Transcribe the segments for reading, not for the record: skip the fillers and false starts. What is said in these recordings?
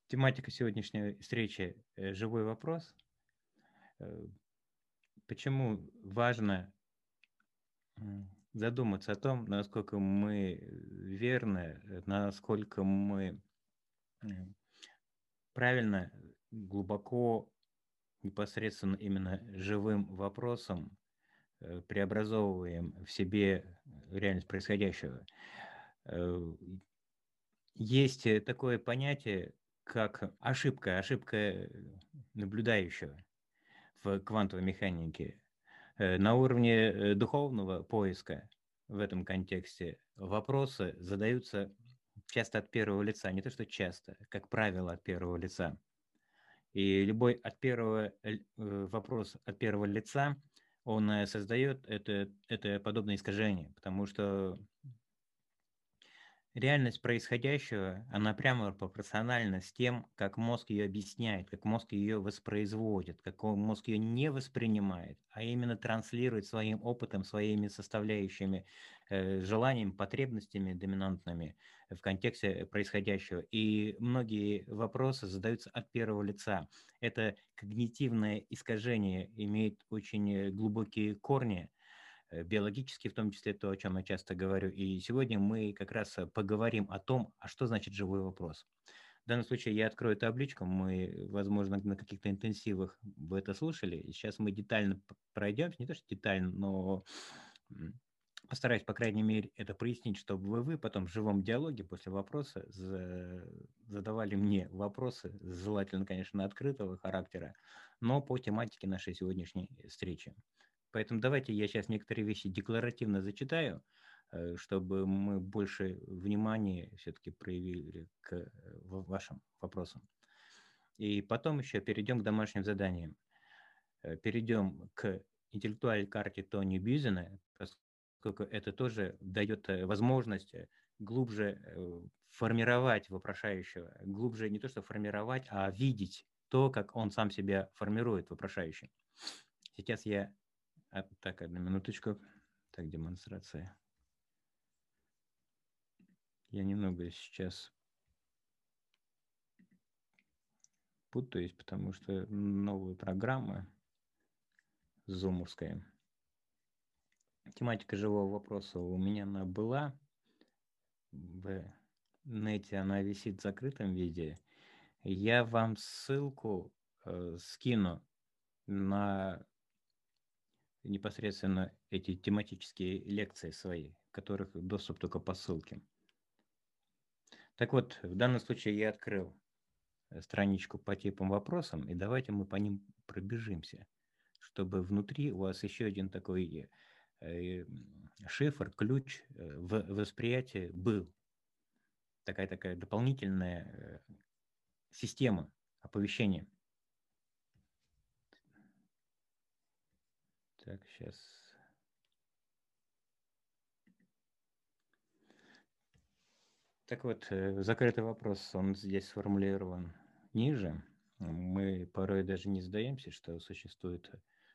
Тематика сегодняшней встречи живой вопрос. Э, Почему важно задуматься о том, насколько мы верно, насколько мы м, правильно, глубоко, непосредственно именно живым вопросом преобразовываем в себе реальность происходящего. Э, Есть такое понятие, как ошибка наблюдающего в квантовой механике. На уровне духовного поиска в этом контексте вопросы задаются часто от первого лица, не то что часто, как правило, от первого лица. И любой вопрос от первого лица, он создает это подобное искажение, потому что реальность происходящего, она прямо пропорциональна с тем, как мозг ее объясняет, как мозг ее воспроизводит, как мозг ее не воспринимает, а именно транслирует своим опытом, своими составляющими, желаниями, потребностями доминантными в контексте происходящего. И многие вопросы задаются от первого лица. Это когнитивное искажение имеет очень глубокие корни, биологически, в том числе то, о чем я часто говорю. И сегодня мы как раз поговорим о том, а что значит живой вопрос. В данном случае я открою табличку, мы, возможно, на каких-то интенсивах вы это слушали. И сейчас мы детально пройдемся, не то что детально, но постараюсь, по крайней мере, это прояснить, чтобы вы потом в живом диалоге после вопроса задавали мне вопросы, желательно, конечно, открытого характера, но по тематике нашей сегодняшней встречи. Поэтому давайте я сейчас некоторые вещи декларативно зачитаю, чтобы мы больше внимания все-таки проявили к вашим вопросам. И потом еще перейдем к домашним заданиям. Перейдем к интеллектуальной карте Тони Бьюзена, поскольку это тоже дает возможность глубже формировать вопрошающего, глубже не то что формировать, а видеть то, как он сам себя формирует, вопрошающий. Сейчас я так, одну минуточку. Так, демонстрация. Я немного сейчас путаюсь, потому что новая программа зумовская. Тематика живого вопроса у меня она была. В нете она висит в закрытом виде. Я вам ссылку скину на непосредственно эти тематические лекции свои, в которых доступ только по ссылке. Так вот, в данном случае я открыл страничку по типам вопросам, и давайте мы по ним пробежимся, чтобы внутри у вас еще один такой шифр, ключ в восприятии был. Такая дополнительная система оповещения. Так, сейчас. Так вот, закрытый вопрос, он здесь сформулирован ниже. Мы порой даже не сдаемся, что существует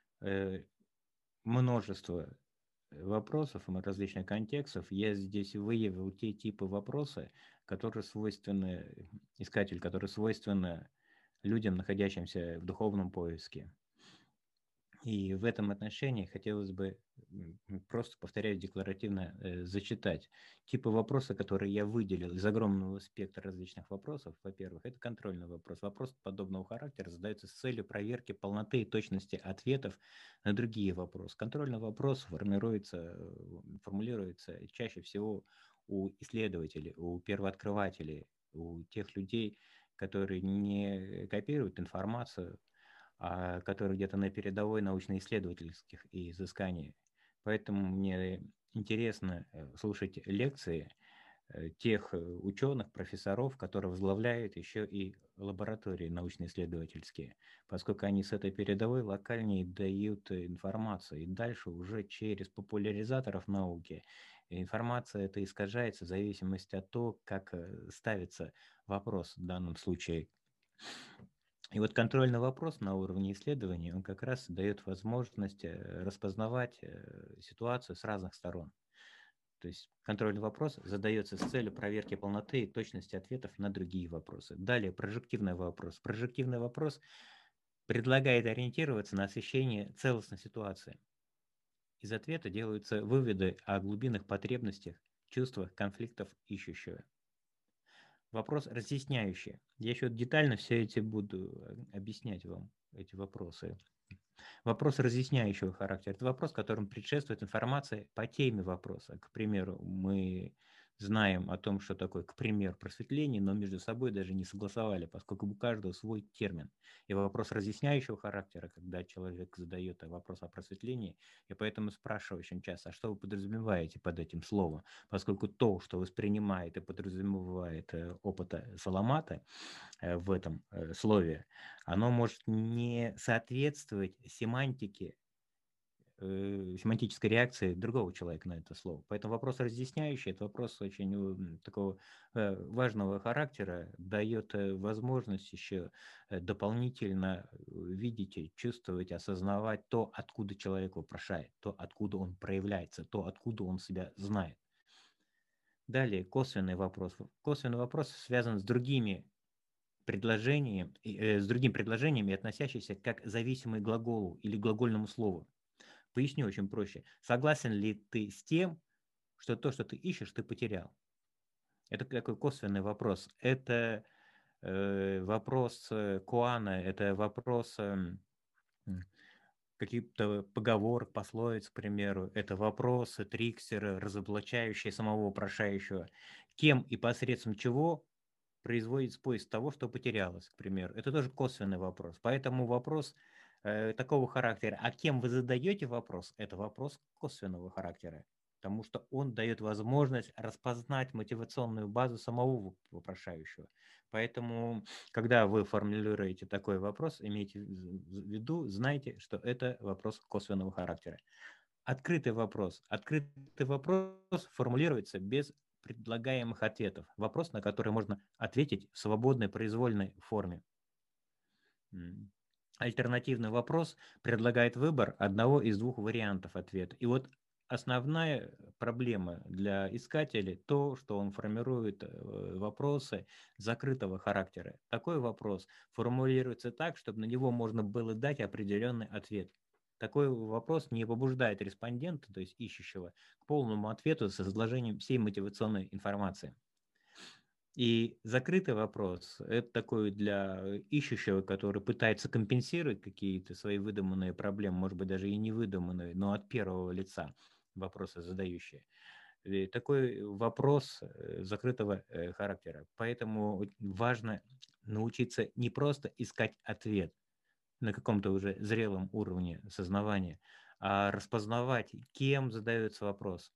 множество вопросов и различных контекстов. Я здесь выявил те типы вопроса, которые свойственны искателю, которые свойственны людям, находящимся в духовном поиске. И в этом отношении хотелось бы просто, повторяю, декларативно зачитать типы вопроса, которые я выделил из огромного спектра различных вопросов. Во-первых, это контрольный вопрос. Вопрос подобного характера задается с целью проверки полноты и точности ответов на другие вопросы. Контрольный вопрос формулируется чаще всего у исследователей, у первооткрывателей, у тех людей, которые не копируют информацию, который где-то на передовой научно-исследовательских изысканий. Поэтому мне интересно слушать лекции тех ученых, профессоров, которые возглавляют еще и лаборатории научно-исследовательские, поскольку они с этой передовой локальнее дают информацию. И дальше уже через популяризаторов науки информация эта искажается в зависимости от того, как ставится вопрос в данном случае. И вот контрольный вопрос на уровне исследований, он как раз дает возможность распознавать ситуацию с разных сторон. То есть контрольный вопрос задается с целью проверки полноты и точности ответов на другие вопросы. Далее прожективный вопрос. Прожективный вопрос предлагает ориентироваться на освещение целостной ситуации. Из ответа делаются выводы о глубинных потребностях, чувствах, конфликтов ищущего. Вопрос разъясняющий. Я еще детально все эти буду объяснять вам, эти вопросы. Вопрос разъясняющего характера. Это вопрос, которым предшествует информация по теме вопроса. К примеру, мы знаем о том, что такое, к примеру, просветление, но между собой даже не согласовали, поскольку у каждого свой термин. И вопрос разъясняющего характера, когда человек задает вопрос о просветлении, и поэтому спрашиваю очень часто, а что вы подразумеваете под этим словом? Поскольку то, что воспринимает и подразумевает опыта Саламата, в этом слове, оно может не соответствовать семантике, семантической реакции другого человека на это слово. Поэтому вопрос разъясняющий, это вопрос очень такого важного характера, дает возможность еще дополнительно видеть, чувствовать, осознавать то, откуда человек вопрошает, то, откуда он проявляется, то, откуда он себя знает. Далее, косвенный вопрос. Косвенный вопрос связан с другими предложением, с другим предложением и относящийся как зависимый к глаголу или глагольному слову. Поясню очень проще. Согласен ли ты с тем, что то, что ты ищешь, ты потерял? Это такой косвенный вопрос. Это вопрос Куана, это вопрос каких-то поговорок, пословиц, к примеру. Это вопросы, триксеры, разоблачающие самого вопрошающего. Кем и посредством чего производится поиск того, что потерялось, к примеру. Это тоже косвенный вопрос. Поэтому вопрос такого характера, а кем вы задаете вопрос, это вопрос косвенного характера, потому что он дает возможность распознать мотивационную базу самого вопрошающего. Поэтому, когда вы формулируете такой вопрос, имейте в виду, знайте, что это вопрос косвенного характера. Открытый вопрос. Открытый вопрос формулируется без предлагаемых ответов. Вопрос, на который можно ответить в свободной произвольной форме. Альтернативный вопрос предлагает выбор одного из двух вариантов ответа. И вот основная проблема для искателя то, что он формирует вопросы закрытого характера. Такой вопрос формулируется так, чтобы на него можно было дать определенный ответ. Такой вопрос не побуждает респондента, то есть ищущего, к полному ответу с изложением всей мотивационной информации. И закрытый вопрос – это такой для ищущего, который пытается компенсировать какие-то свои выдуманные проблемы, может быть, даже и не выдуманные, но от первого лица вопросы задающие. И такой вопрос закрытого характера. Поэтому важно научиться не просто искать ответ на каком-то уже зрелом уровне сознавания, а распознавать, кем задается вопрос.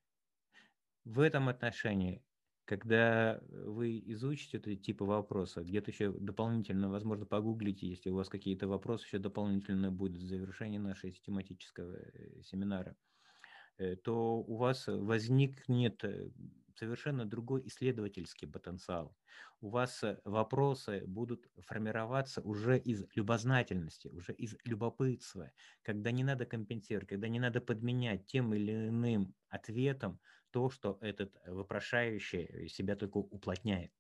В этом отношении, когда вы изучите эти типы вопросов, где-то еще дополнительно, возможно, погуглите, если у вас какие-то вопросы еще дополнительно будут в завершении нашего систематического семинара, то у вас возникнет совершенно другой исследовательский потенциал. У вас вопросы будут формироваться уже из любознательности, уже из любопытства, когда не надо компенсировать, когда не надо подменять тем или иным ответом то, что этот вопрошающий себя только уплотняет.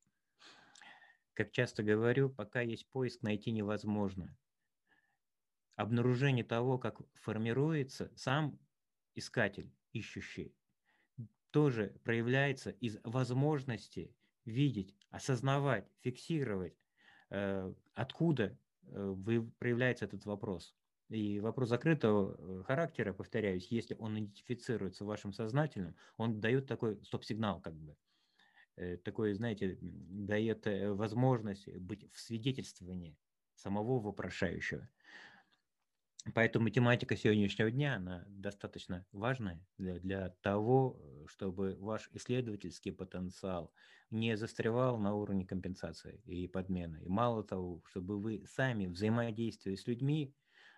Как часто говорю, пока есть поиск, найти невозможно. Обнаружение того, как формируется сам искатель, ищущий, тоже проявляется из возможности видеть, осознавать, фиксировать, откуда проявляется этот вопрос. И вопрос закрытого характера, повторяюсь, если он идентифицируется вашим сознательным, он дает такой стоп-сигнал, как бы. Такой, знаете, дает возможность быть в свидетельствовании самого вопрошающего. Поэтому тематика сегодняшнего дня, она достаточно важная для того, чтобы ваш исследовательский потенциал не застревал на уровне компенсации и подмены. И мало того, чтобы вы сами, взаимодействуя с людьми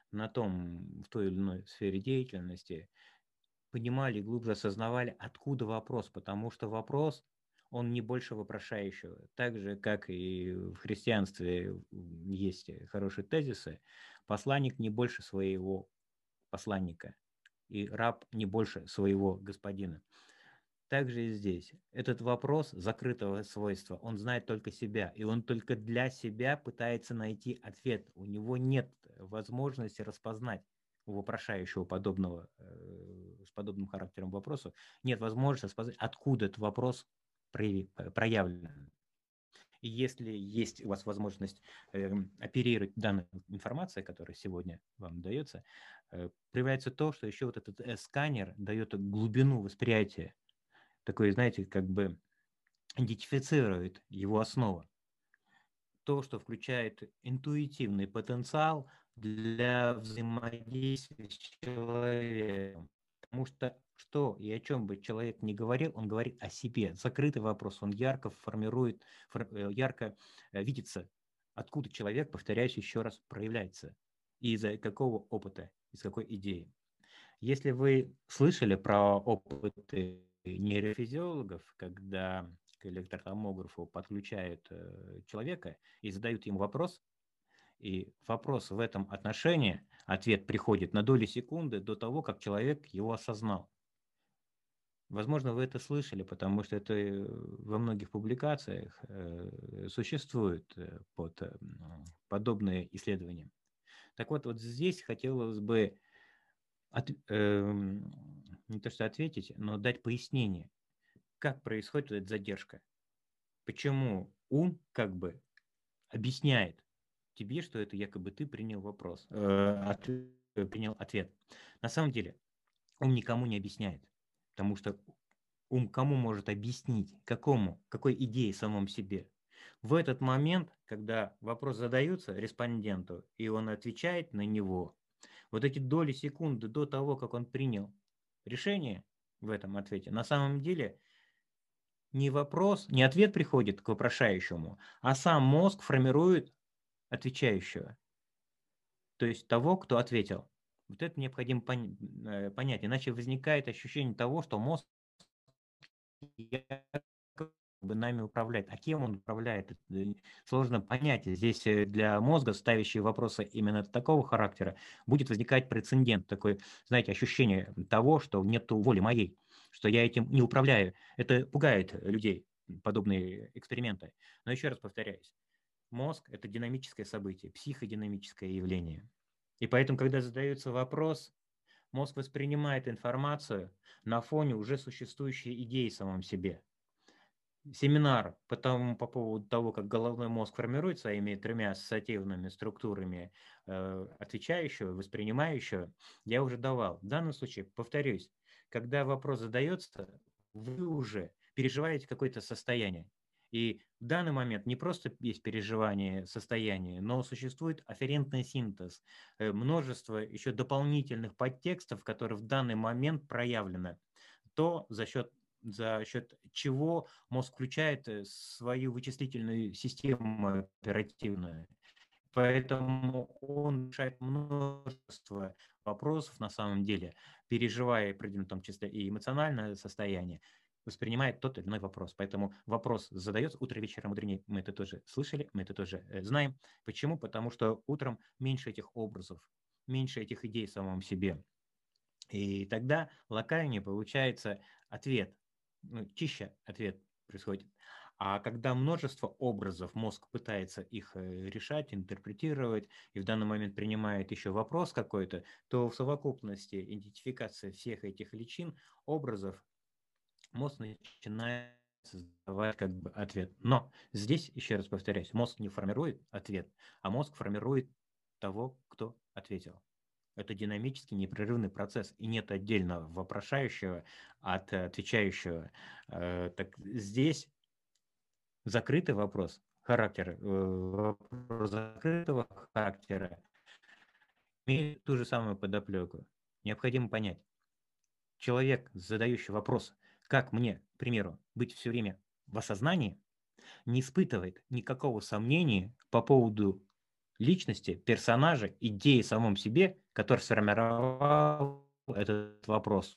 в той или иной сфере деятельности, понимали, глубже осознавали, откуда вопрос, потому что вопрос, он не больше вопрошающего. Так же, как и в христианстве есть хорошие тезисы, посланник не больше своего посланника, и раб не больше своего господина. Также и здесь. Этот вопрос закрытого свойства, он знает только себя, и он только для себя пытается найти ответ. У него нет возможности распознать у вопрошающего подобного, с подобным характером вопроса, нет возможности распознать, откуда этот вопрос проявлен. И если есть у вас возможность оперировать данной информацией, которая сегодня вам дается, проявляется то, что еще вот этот сканер дает глубину восприятия, такой, знаете, как бы идентифицирует его основу. То, что включает интуитивный потенциал для взаимодействия с человеком. Потому что и о чем бы человек ни говорил, он говорит о себе. Закрытый вопрос, он ярко формирует, ярко видится, откуда человек, повторяюсь еще раз, проявляется. И из-за какого опыта, из какой идеи. Если вы слышали про опыты нейрофизиологов, когда к электротомографу подключают человека и задают ему вопрос, и вопрос в этом отношении, ответ приходит на доли секунды до того, как человек его осознал. Возможно, вы это слышали, потому что это во многих публикациях существует под подобные исследования. Так вот, вот здесь хотелось бы не то что ответить, но дать пояснение, как происходит эта задержка. Почему ум как бы объясняет тебе, что это якобы ты принял вопрос, принял ответ. На самом деле ум никому не объясняет, потому что ум кому может объяснить, какой идее самому себе. В этот момент, когда вопрос задается респонденту, и он отвечает на него, вот эти доли секунды до того, как он принял решение в этом ответе, на самом деле не вопрос, не ответ приходит к вопрошающему, а сам мозг формирует отвечающего, то есть того, кто ответил. Вот это необходимо понять, иначе возникает ощущение того, что мозг бы нами управляет. А кем он управляет? Сложно понять. Здесь для мозга, ставящего вопросы именно такого характера, будет возникать прецедент, такое, знаете, ощущение того, что нет воли моей, что я этим не управляю. Это пугает людей, подобные эксперименты. Но еще раз повторяюсь, мозг – это динамическое событие, психодинамическое явление. И поэтому, когда задается вопрос, мозг воспринимает информацию на фоне уже существующей идеи в самом себе. Семинар по поводу того, как головной мозг формирует своими тремя ассоциативными структурами отвечающего, воспринимающего, я уже давал. В данном случае, повторюсь, когда вопрос задается, вы уже переживаете какое-то состояние. И в данный момент не просто есть переживание состояния, но существует афферентный синтез, множество еще дополнительных подтекстов, которые в данный момент проявлены. То за счет чего мозг включает свою вычислительную систему оперативную. Поэтому он решает множество вопросов на самом деле, переживая, в том числе и эмоциональное состояние, воспринимает тот или иной вопрос. Поэтому вопрос задается утро, вечером, мудренее. Мы это тоже слышали, мы это тоже знаем. Почему? Потому что утром меньше этих образов, меньше этих идей в самом себе. И тогда локальнее получается ответ, чище ответ происходит. А когда множество образов, мозг пытается их решать, интерпретировать, и в данный момент принимает еще вопрос какой-то, то в совокупности идентификации всех этих личин, образов, мозг начинает создавать как бы ответ. Но здесь, еще раз повторяюсь, мозг не формирует ответ, а мозг формирует того, кто ответил. Это динамический непрерывный процесс, и нет отдельно вопрошающего от отвечающего. Так здесь закрытый вопрос характера, вопрос закрытого характера имеет ту же самую подоплеку. Необходимо понять, человек, задающий вопрос, как мне, к примеру, быть все время в осознании, не испытывает никакого сомнения по поводу личности, персонажа, идеи самом себе, который сформировал этот вопрос.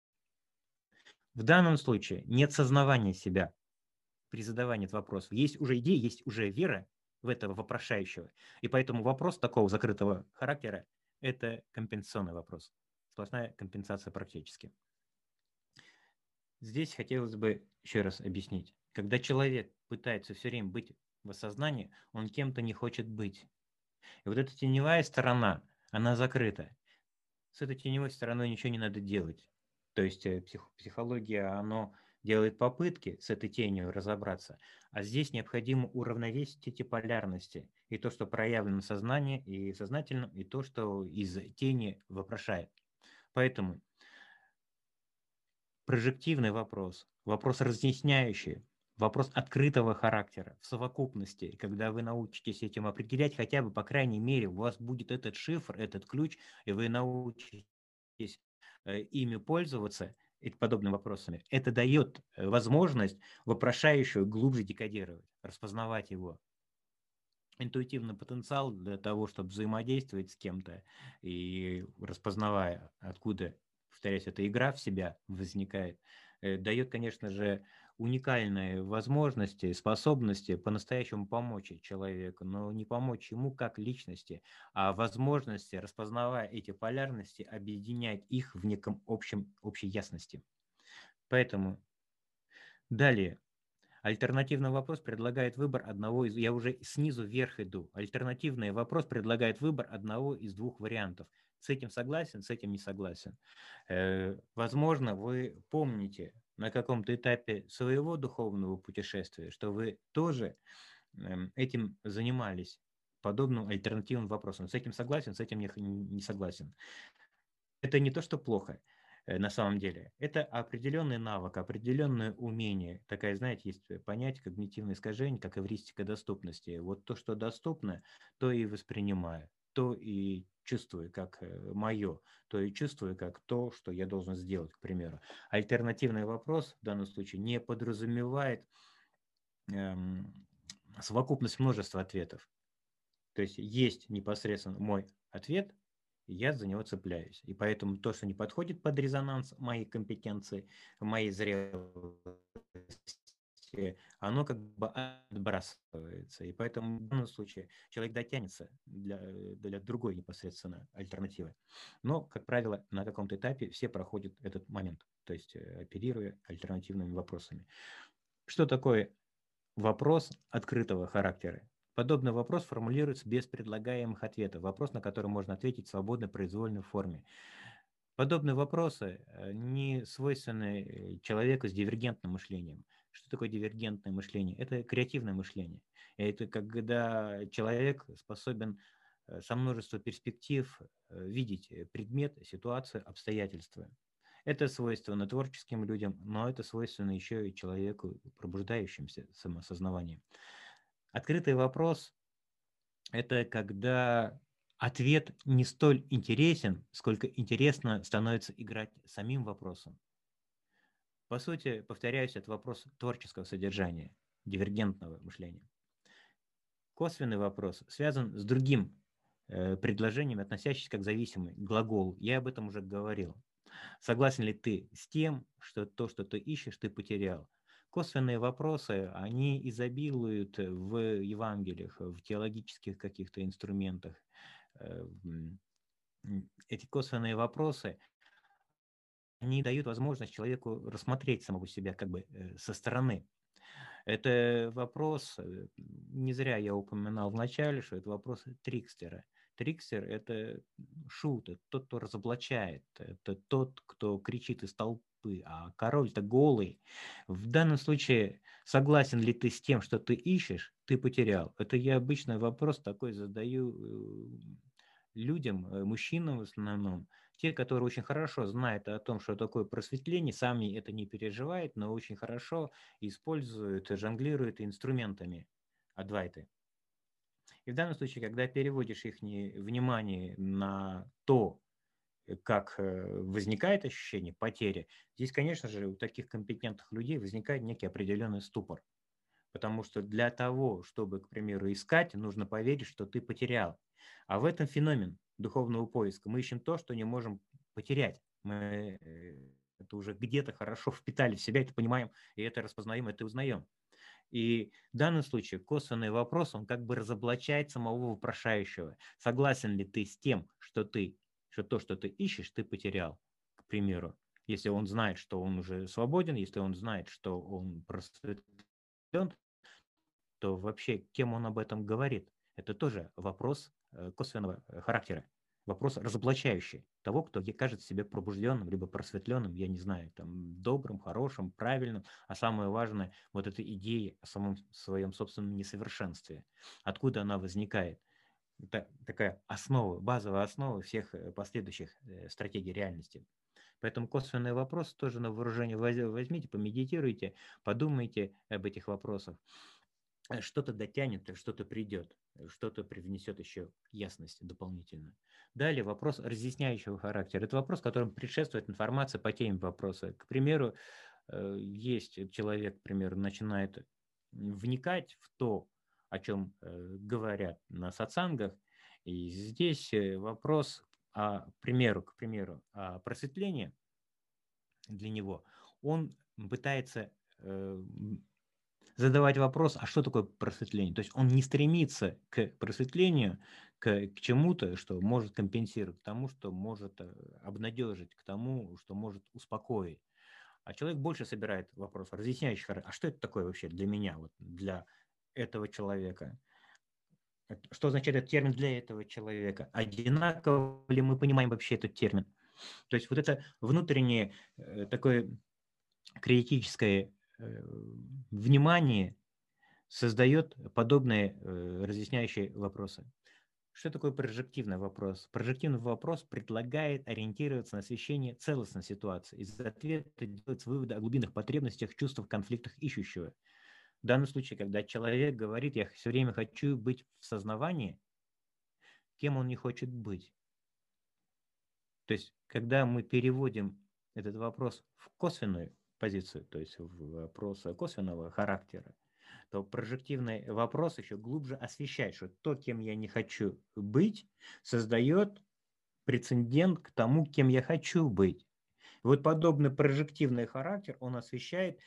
В данном случае нет сознавания себя при задавании этого вопроса. Есть уже идея, есть уже вера в этого вопрошающего. И поэтому вопрос такого закрытого характера – это компенсационный вопрос. Сплошная компенсация практически. Здесь хотелось бы еще раз объяснить. Когда человек пытается все время быть в осознании, он кем-то не хочет быть. И вот эта теневая сторона, она закрыта. С этой теневой стороной ничего не надо делать. То есть психология, оно делает попытки с этой тенью разобраться, а здесь необходимо уравновесить эти полярности. И то, что проявлено в сознании и сознательном, и то, что из тени вопрошает. Поэтому прожективный вопрос, вопрос разъясняющий, вопрос открытого характера в совокупности, когда вы научитесь этим определять, хотя бы, по крайней мере, у вас будет этот шифр, этот ключ, и вы научитесь ими пользоваться, и подобными вопросами, это дает возможность вопрошающую глубже декодировать, распознавать его. Интуитивный потенциал для того, чтобы взаимодействовать с кем-то и распознавая, откуда, повторяюсь, эта игра в себя возникает, дает, конечно же, уникальные возможности, способности по-настоящему помочь человеку, но не помочь ему как личности, а возможности, распознавая эти полярности, объединять их в неком общей ясности. Поэтому далее. Альтернативный вопрос предлагает выбор одного из... Я уже снизу вверх иду. Альтернативный вопрос предлагает выбор одного из двух вариантов. С этим согласен, с этим не согласен. Возможно, вы помните на каком-то этапе своего духовного путешествия, что вы тоже этим занимались, подобным альтернативным вопросом. С этим согласен, с этим не согласен. Это не то, что плохо на самом деле. Это определенный навык, определенное умение. Такая, знаете, есть понятие когнитивное искажение, как эвристика доступности. Вот то, что доступно, то и воспринимаю, то и чувствую как мое, то и чувствую как то, что я должен сделать, к примеру. Альтернативный вопрос в данном случае не подразумевает эм, совокупность множества ответов. То есть непосредственно мой ответ, и я за него цепляюсь. И поэтому то, что не подходит под резонанс моей компетенции, моей зрелости, оно как бы отбрасывается. И поэтому в данном случае человек дотянется для другой непосредственно альтернативы. Но, как правило, на каком-то этапе все проходят этот момент, то есть оперируя альтернативными вопросами. Что такое вопрос открытого характера? Подобный вопрос формулируется без предлагаемых ответов. Вопрос, на который можно ответить в свободной произвольной форме. Подобные вопросы не свойственны человеку с дивергентным мышлением. Что такое дивергентное мышление? Это креативное мышление. Это когда человек способен со множества перспектив видеть предмет, ситуацию, обстоятельства. Это свойственно творческим людям, но это свойственно еще и человеку, пробуждающимся самосознаванием. Открытый вопрос – это когда ответ не столь интересен, сколько интересно становится играть самим вопросом. По сути, повторяюсь, это вопрос творческого содержания, дивергентного мышления. Косвенный вопрос связан с другим предложением, относящимся к зависимый глагол. Я об этом уже говорил. Согласен ли ты с тем, что то, что ты ищешь, ты потерял? Косвенные вопросы, они изобилуют в Евангелиях, в теологических каких-то инструментах. Эти косвенные вопросы, они дают возможность человеку рассмотреть самого себя как бы со стороны. Это вопрос, не зря я упоминал вначале, что это вопрос трикстера. Трикстер – это шут, это тот, кто разоблачает, это тот, кто кричит из толпы, а король-то голый. В данном случае, согласен ли ты с тем, что ты ищешь, ты потерял. Это я обычно вопрос такой задаю людям, мужчинам в основном, те, которые очень хорошо знают о том, что такое просветление, сами это не переживают, но очень хорошо используют, жонглируют инструментами адвайты. И в данном случае, когда переводишь их внимание на то, как возникает ощущение потери, здесь, конечно же, у таких компетентных людей возникает некий определенный ступор. Потому что для того, чтобы, к примеру, искать, нужно поверить, что ты потерял. А в этом феномен духовного поиска. Мы ищем то, что не можем потерять. Мы это уже где-то хорошо впитали в себя, это понимаем, и это распознаем, это узнаем. И в данном случае косвенный вопрос, он как бы разоблачает самого вопрошающего. Согласен ли ты с тем, что то, что ты ищешь, ты потерял, к примеру. Если он знает, что он уже свободен, если он знает, что он просветлен, то вообще кем он об этом говорит? Это тоже вопрос косвенного характера, вопрос разоблачающий того, кто кажется себе пробужденным, либо просветленным, я не знаю, там, добрым, хорошим, правильным, а самое важное, вот эта идея о самом своем собственном несовершенстве. Откуда она возникает? Это такая основа, базовая основа всех последующих стратегий реальности. Поэтому косвенный вопрос тоже на вооружение возьмите, помедитируйте, подумайте об этих вопросах. Что-то дотянет, что-то придет, что-то привнесет еще ясность дополнительно. Далее вопрос разъясняющего характера. Это вопрос, которому предшествует информация по теме вопроса. К примеру, есть человек, к примеру, начинает вникать в то, о чем говорят на сатсангах, и здесь вопрос, к примеру, о просветлении для него, он пытается задавать вопрос, а что такое просветление? То есть он не стремится к просветлению, к чему-то, что может компенсировать, к тому, что может обнадежить, к тому, что может успокоить. А человек больше собирает вопрос, разъясняющий характер. А что это такое вообще для меня, вот для этого человека? Что означает этот термин для этого человека? Одинаково ли мы понимаем вообще этот термин? То есть вот это внутреннее такое критическое внимание создает подобные разъясняющие вопросы. Что такое прожективный вопрос? Прожективный вопрос предлагает ориентироваться на освещение целостной ситуации. Из ответа делать выводы о глубинных потребностях, чувствах, конфликтах ищущего. В данном случае, когда человек говорит, я все время хочу быть в сознавании, кем он не хочет быть. То есть, когда мы переводим этот вопрос в косвенную позицию, то есть в вопрос косвенного характера, то прожективный вопрос еще глубже освещает, что то, кем я не хочу быть, создает прецедент к тому, кем я хочу быть. Вот подобный прожективный характер, он освещает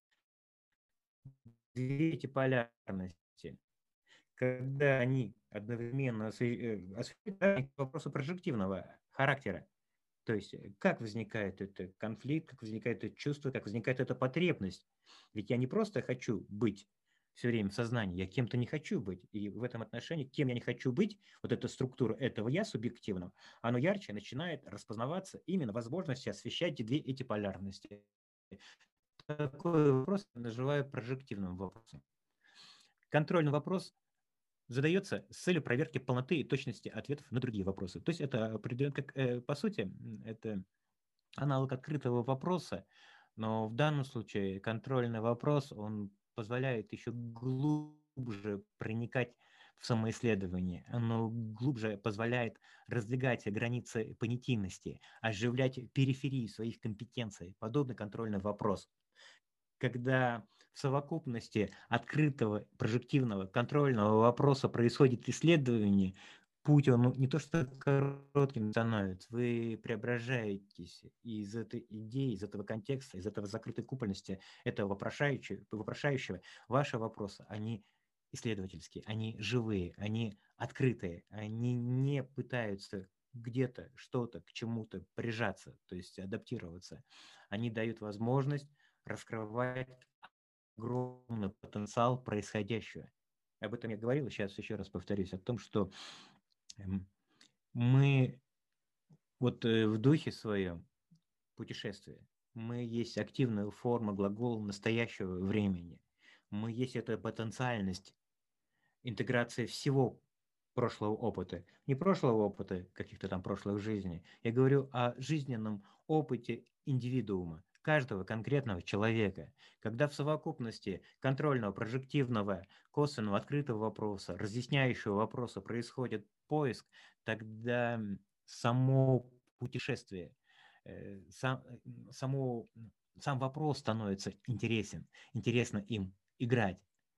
две эти полярности. Когда они одновременно освещают вопросы прожективного характера, то есть как возникает этот конфликт, как возникает это чувство, как возникает эта потребность. Ведь я не просто хочу быть все время в сознании, я кем-то не хочу быть. И в этом отношении, кем я не хочу быть, вот эта структура этого я субъективного, оно ярче начинает распознаваться именно возможности освещать две эти полярности. Такой вопрос я называю прожективным вопросом. Контрольный вопрос задается с целью проверки полноты и точности ответов на другие вопросы. То есть это по сути, это аналог открытого вопроса, но в данном случае контрольный вопрос, он позволяет еще глубже проникать в самоисследование, оно глубже позволяет раздвигать границы понятийности, оживлять периферии своих компетенций. Подобный контрольный вопрос. Когда в совокупности открытого, прожективного, контрольного вопроса происходит исследование, путь, он не то что коротким становится, вы преображаетесь из этой идеи, из этого контекста, из этого закрытой купольности, этого вопрошающего. Ваши вопросы, они исследовательские, они живые, они открытые, они не пытаются где-то что-то к чему-то прижаться, то есть адаптироваться. Они дают возможность раскрывать огромный потенциал происходящего. Об этом я говорил, сейчас еще раз повторюсь, о том, что мы вот в духе своем путешествия, мы есть активная форма глагола настоящего времени. Мы есть эта потенциальность интеграции всего прошлого опыта. Не прошлого опыта каких-то там прошлых жизней. Я говорю о жизненном опыте индивидуума, каждого конкретного человека. Когда в совокупности контрольного, прожективного, косвенного, открытого вопроса, разъясняющего вопроса происходит поиск, тогда само путешествие, сам, само, сам вопрос становится интересен, интересно им играть.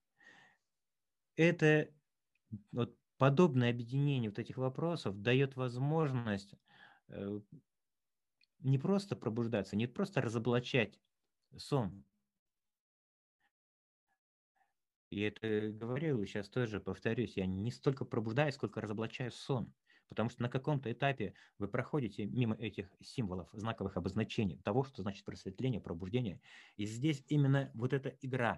Это вот подобное объединение вот этих вопросов дает возможность э, не просто пробуждаться, не просто разоблачать сон. И это говорил, сейчас тоже повторюсь, я не столько пробуждаю, сколько разоблачаю сон. Потому что на каком-то этапе вы проходите мимо этих символов, знаковых обозначений того, что значит просветление, пробуждение. И здесь именно вот эта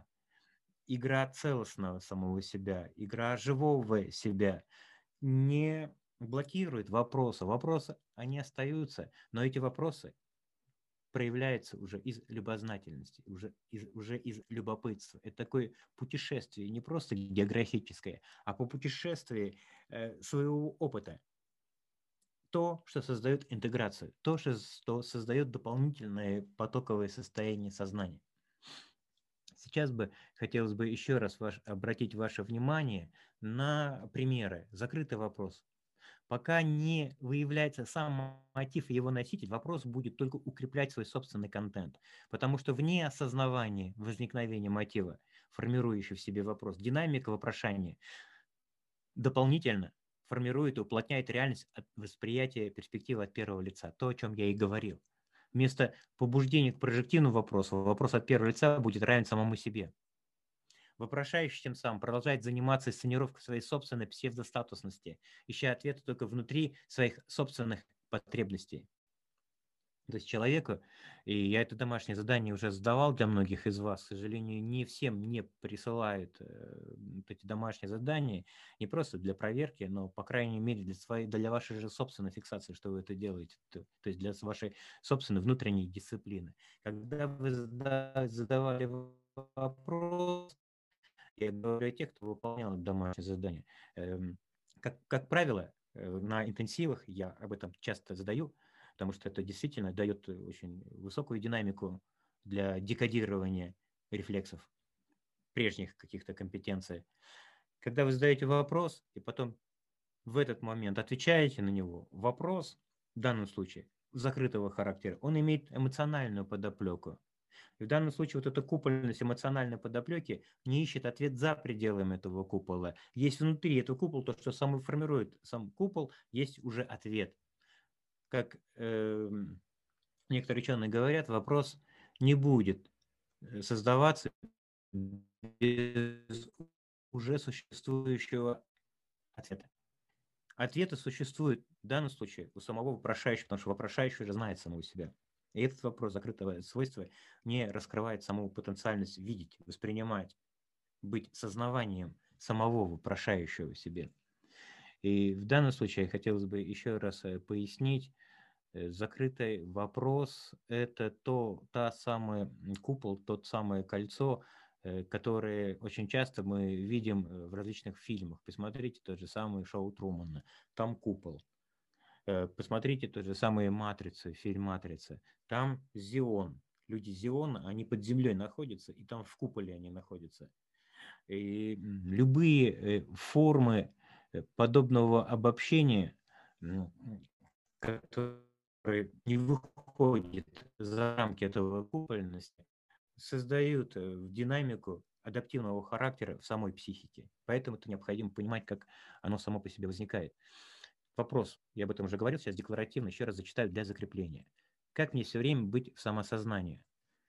игра целостного самого себя, игра живого себя не блокирует вопросы. Вопросы, они остаются, но эти вопросы проявляются уже из любознательности, уже из любопытства. Это такое путешествие, не просто географическое, а по путешествии своего опыта. То, что создает интеграцию, то, что создает дополнительное потоковое состояние сознания. Сейчас бы хотелось бы еще раз обратить ваше внимание на примеры. Закрытый вопрос. Пока не выявляется сам мотив и его носитель, вопрос будет только укреплять свой собственный контент. Потому что вне осознавания возникновения мотива, формирующий в себе вопрос, динамика вопрошания дополнительно формирует и уплотняет реальность от восприятия перспективы от первого лица. То, о чем я и говорил. Вместо побуждения к прожективному вопросу, вопрос от первого лица будет равен самому себе. Вопрошающий тем самым продолжает заниматься сценировкой своей собственной псевдостатусности, ища ответы только внутри своих собственных потребностей. То есть человеку, и я это домашнее задание уже задавал для многих из вас, к сожалению, не всем мне присылают эти домашние задания, не просто для проверки, но, по крайней мере, для вашей же собственной фиксации, что вы это делаете, то есть для вашей собственной внутренней дисциплины. Когда вы задавали вопрос, я говорю о тех, кто выполнял домашнее задание. Как правило, на интенсивах я об этом часто задаю, потому что это действительно дает очень высокую динамику для декодирования рефлексов, прежних каких-то компетенций. Когда вы задаете вопрос, и потом в этот момент отвечаете на него, вопрос, в данном случае, закрытого характера, он имеет эмоциональную подоплеку. И в данном случае вот эта купольность эмоциональной подоплеки не ищет ответ за пределами этого купола. Есть внутри этого купола то, что сам формирует сам купол, есть уже ответ. Как некоторые ученые говорят, вопрос не будет создаваться без уже существующего ответа. Ответы существуют в данном случае у самого вопрошающего, потому что вопрошающий уже знает самого себя. И этот вопрос закрытого свойства не раскрывает саму потенциальность видеть, воспринимать, быть сознаванием самого вопрошающего себе. И в данном случае хотелось бы еще раз пояснить, закрытый вопрос – это та самая купол, тот самое кольцо, которые очень часто мы видим в различных фильмах. Посмотрите тот же самый шоу Трумана, там купол. Посмотрите тот же самый «Матрица», фильм «Матрица». Там Зион. Люди Зиона, они под землей находятся, и там в куполе они находятся. И любые формы подобного обобщения, которые не выходят за рамки этого купольности, создают динамику адаптивного характера в самой психике. Поэтому это необходимо понимать, как оно само по себе возникает. Вопрос, я об этом уже говорил, сейчас декларативно, еще раз зачитаю для закрепления. Как мне все время быть в самосознании?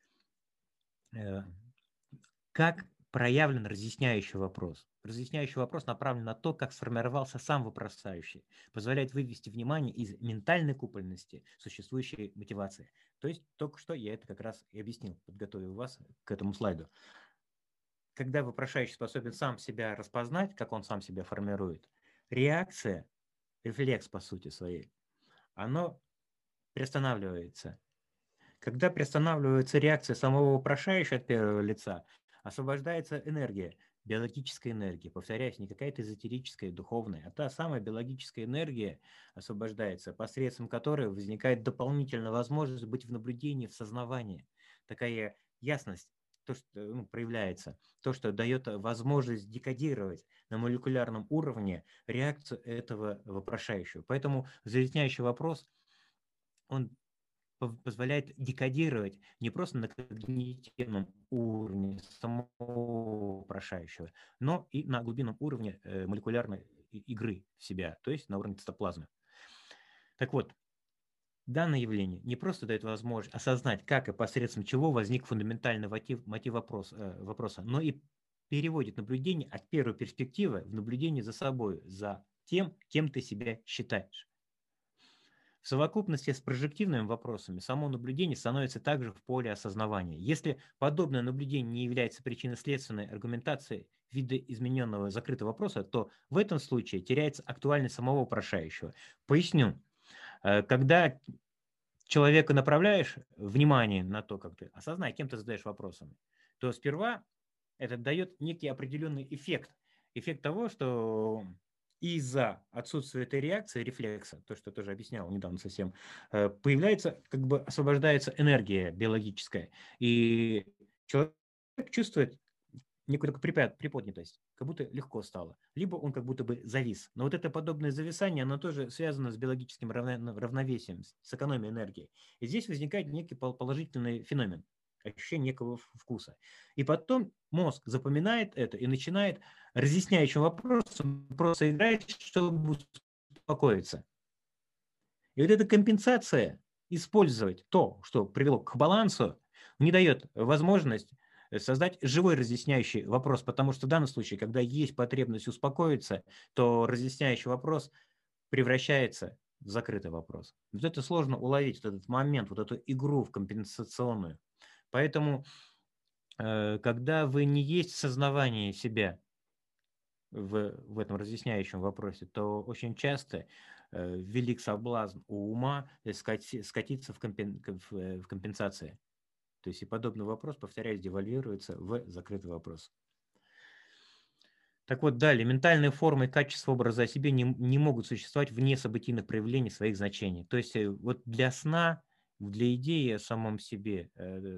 Как проявлен разъясняющий вопрос? Разъясняющий вопрос направлен на то, как сформировался сам вопрошающий, позволяет вывести внимание из ментальной купольности существующей мотивации. То есть только что я это как раз и объяснил, подготовив вас к этому слайду. Когда вопрошающий способен сам себя распознать, как он сам себя формирует, реакция, рефлекс по сути своей, оно приостанавливается. Когда приостанавливается реакция самого вопрошающего от первого лица, освобождается энергия, биологическая энергия. Повторяюсь, не какая-то эзотерическая, духовная, а та самая биологическая энергия освобождается, посредством которой возникает дополнительная возможность быть в наблюдении, в сознавании. Такая ясность, то, что проявляется, то, что дает возможность декодировать на молекулярном уровне реакцию этого вопрошающего. Поэтому разъясняющий вопрос, он позволяет декодировать не просто на когнитивном уровне самого вопрошающего, но и на глубинном уровне молекулярной игры в себя, то есть на уровне цитоплазмы. Так вот, данное явление не просто дает возможность осознать, как и посредством чего возник фундаментальный мотив вопроса, но и переводит наблюдение от первой перспективы в наблюдение за собой, за тем, кем ты себя считаешь. В совокупности с прожективными вопросами само наблюдение становится также в поле осознавания. Если подобное наблюдение не является причинно-следственной аргументацией видоизмененного закрытого вопроса, то в этом случае теряется актуальность самого вопрошающего. Поясню. Когда человека направляешь внимание на то, как ты осознай, кем ты задаешь вопросами, то сперва это дает некий определенный эффект. Эффект того, что из-за отсутствия этой реакции, рефлекса, то, что я тоже объяснял недавно совсем, появляется, как бы освобождается энергия биологическая. И человек чувствует некую такую приподнятость, как будто легко стало. Либо он как будто бы завис. Но вот это подобное зависание, оно тоже связано с биологическим равновесием, с экономией энергии. И здесь возникает некий положительный феномен, ощущение некого вкуса. И потом мозг запоминает это и начинает разъясняющим вопросом просто играть, чтобы успокоиться. И вот эта компенсация, использовать то, что привело к балансу, не дает возможность создать живой разъясняющий вопрос, потому что в данном случае, когда есть потребность успокоиться, то разъясняющий вопрос превращается в закрытый вопрос. Вот это сложно уловить, вот этот момент, вот эту игру в компенсационную. Поэтому, когда вы не есть в сознавании себя в этом разъясняющем вопросе, то очень часто велик соблазн у ума скатиться в компенсации. То есть и подобный вопрос, повторяюсь, девальвируется в закрытый вопрос. Так вот, далее, ментальные формы и качества образа о себе не могут существовать вне событийных проявлений своих значений. То есть вот для сна, для идеи о самом себе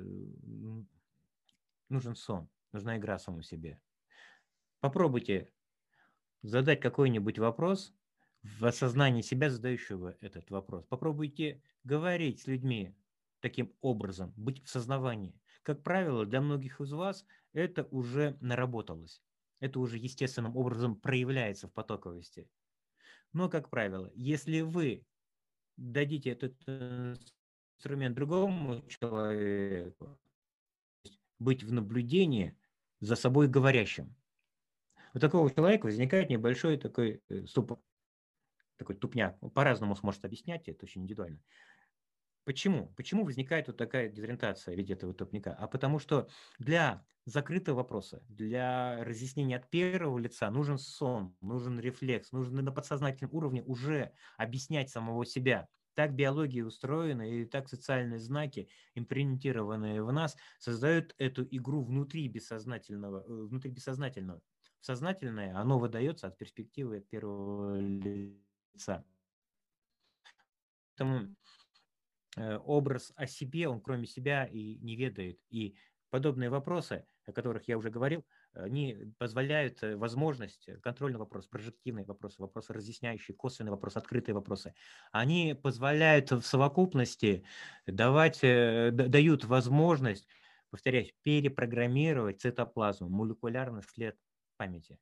нужен сон, нужна игра в самом себе. Попробуйте задать какой-нибудь вопрос в осознании себя, задающего этот вопрос. Попробуйте говорить с людьми таким образом, быть в сознавании. Как правило, для многих из вас это уже наработалось. Это уже естественным образом проявляется в потоковости. Но, как правило, если вы дадите этот инструмент другому человеку, быть в наблюдении за собой говорящим, у такого человека возникает небольшой такой ступор, такой тупняк. Он по-разному сможет объяснять, это очень индивидуально. Почему? Почему возникает вот такая дезориентация в виде этого тупника? А потому что для закрытого вопроса, для разъяснения от первого лица нужен сон, нужен рефлекс, нужно на подсознательном уровне уже объяснять самого себя. Так биология устроена, и так социальные знаки, импринтированные в нас, создают эту игру внутри бессознательного. В сознательное оно выдается от перспективы от первого лица. Поэтому образ о себе, он кроме себя и не ведает. И подобные вопросы, о которых я уже говорил, они позволяют возможность, контрольный вопрос, прожективные вопросы, вопросы разъясняющие, косвенные вопросы, открытые вопросы, они позволяют в совокупности дают возможность, повторяюсь, перепрограммировать цитоплазму, молекулярный след памяти.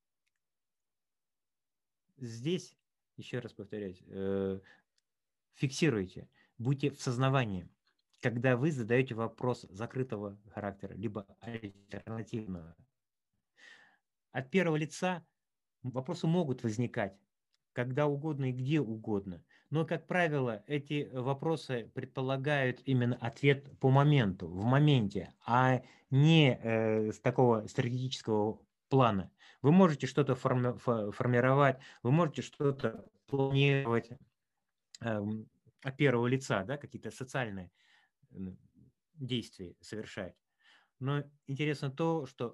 Здесь, еще раз повторяюсь, фиксируйте, будьте в сознавании, когда вы задаете вопрос закрытого характера, либо альтернативного. От первого лица вопросы могут возникать когда угодно и где угодно. Но, как правило, эти вопросы предполагают именно ответ по моменту, в моменте, а не с такого стратегического плана. Вы можете что-то формировать, вы можете что-то планировать, от первого лица, да, какие-то социальные действия совершать. Но интересно то, что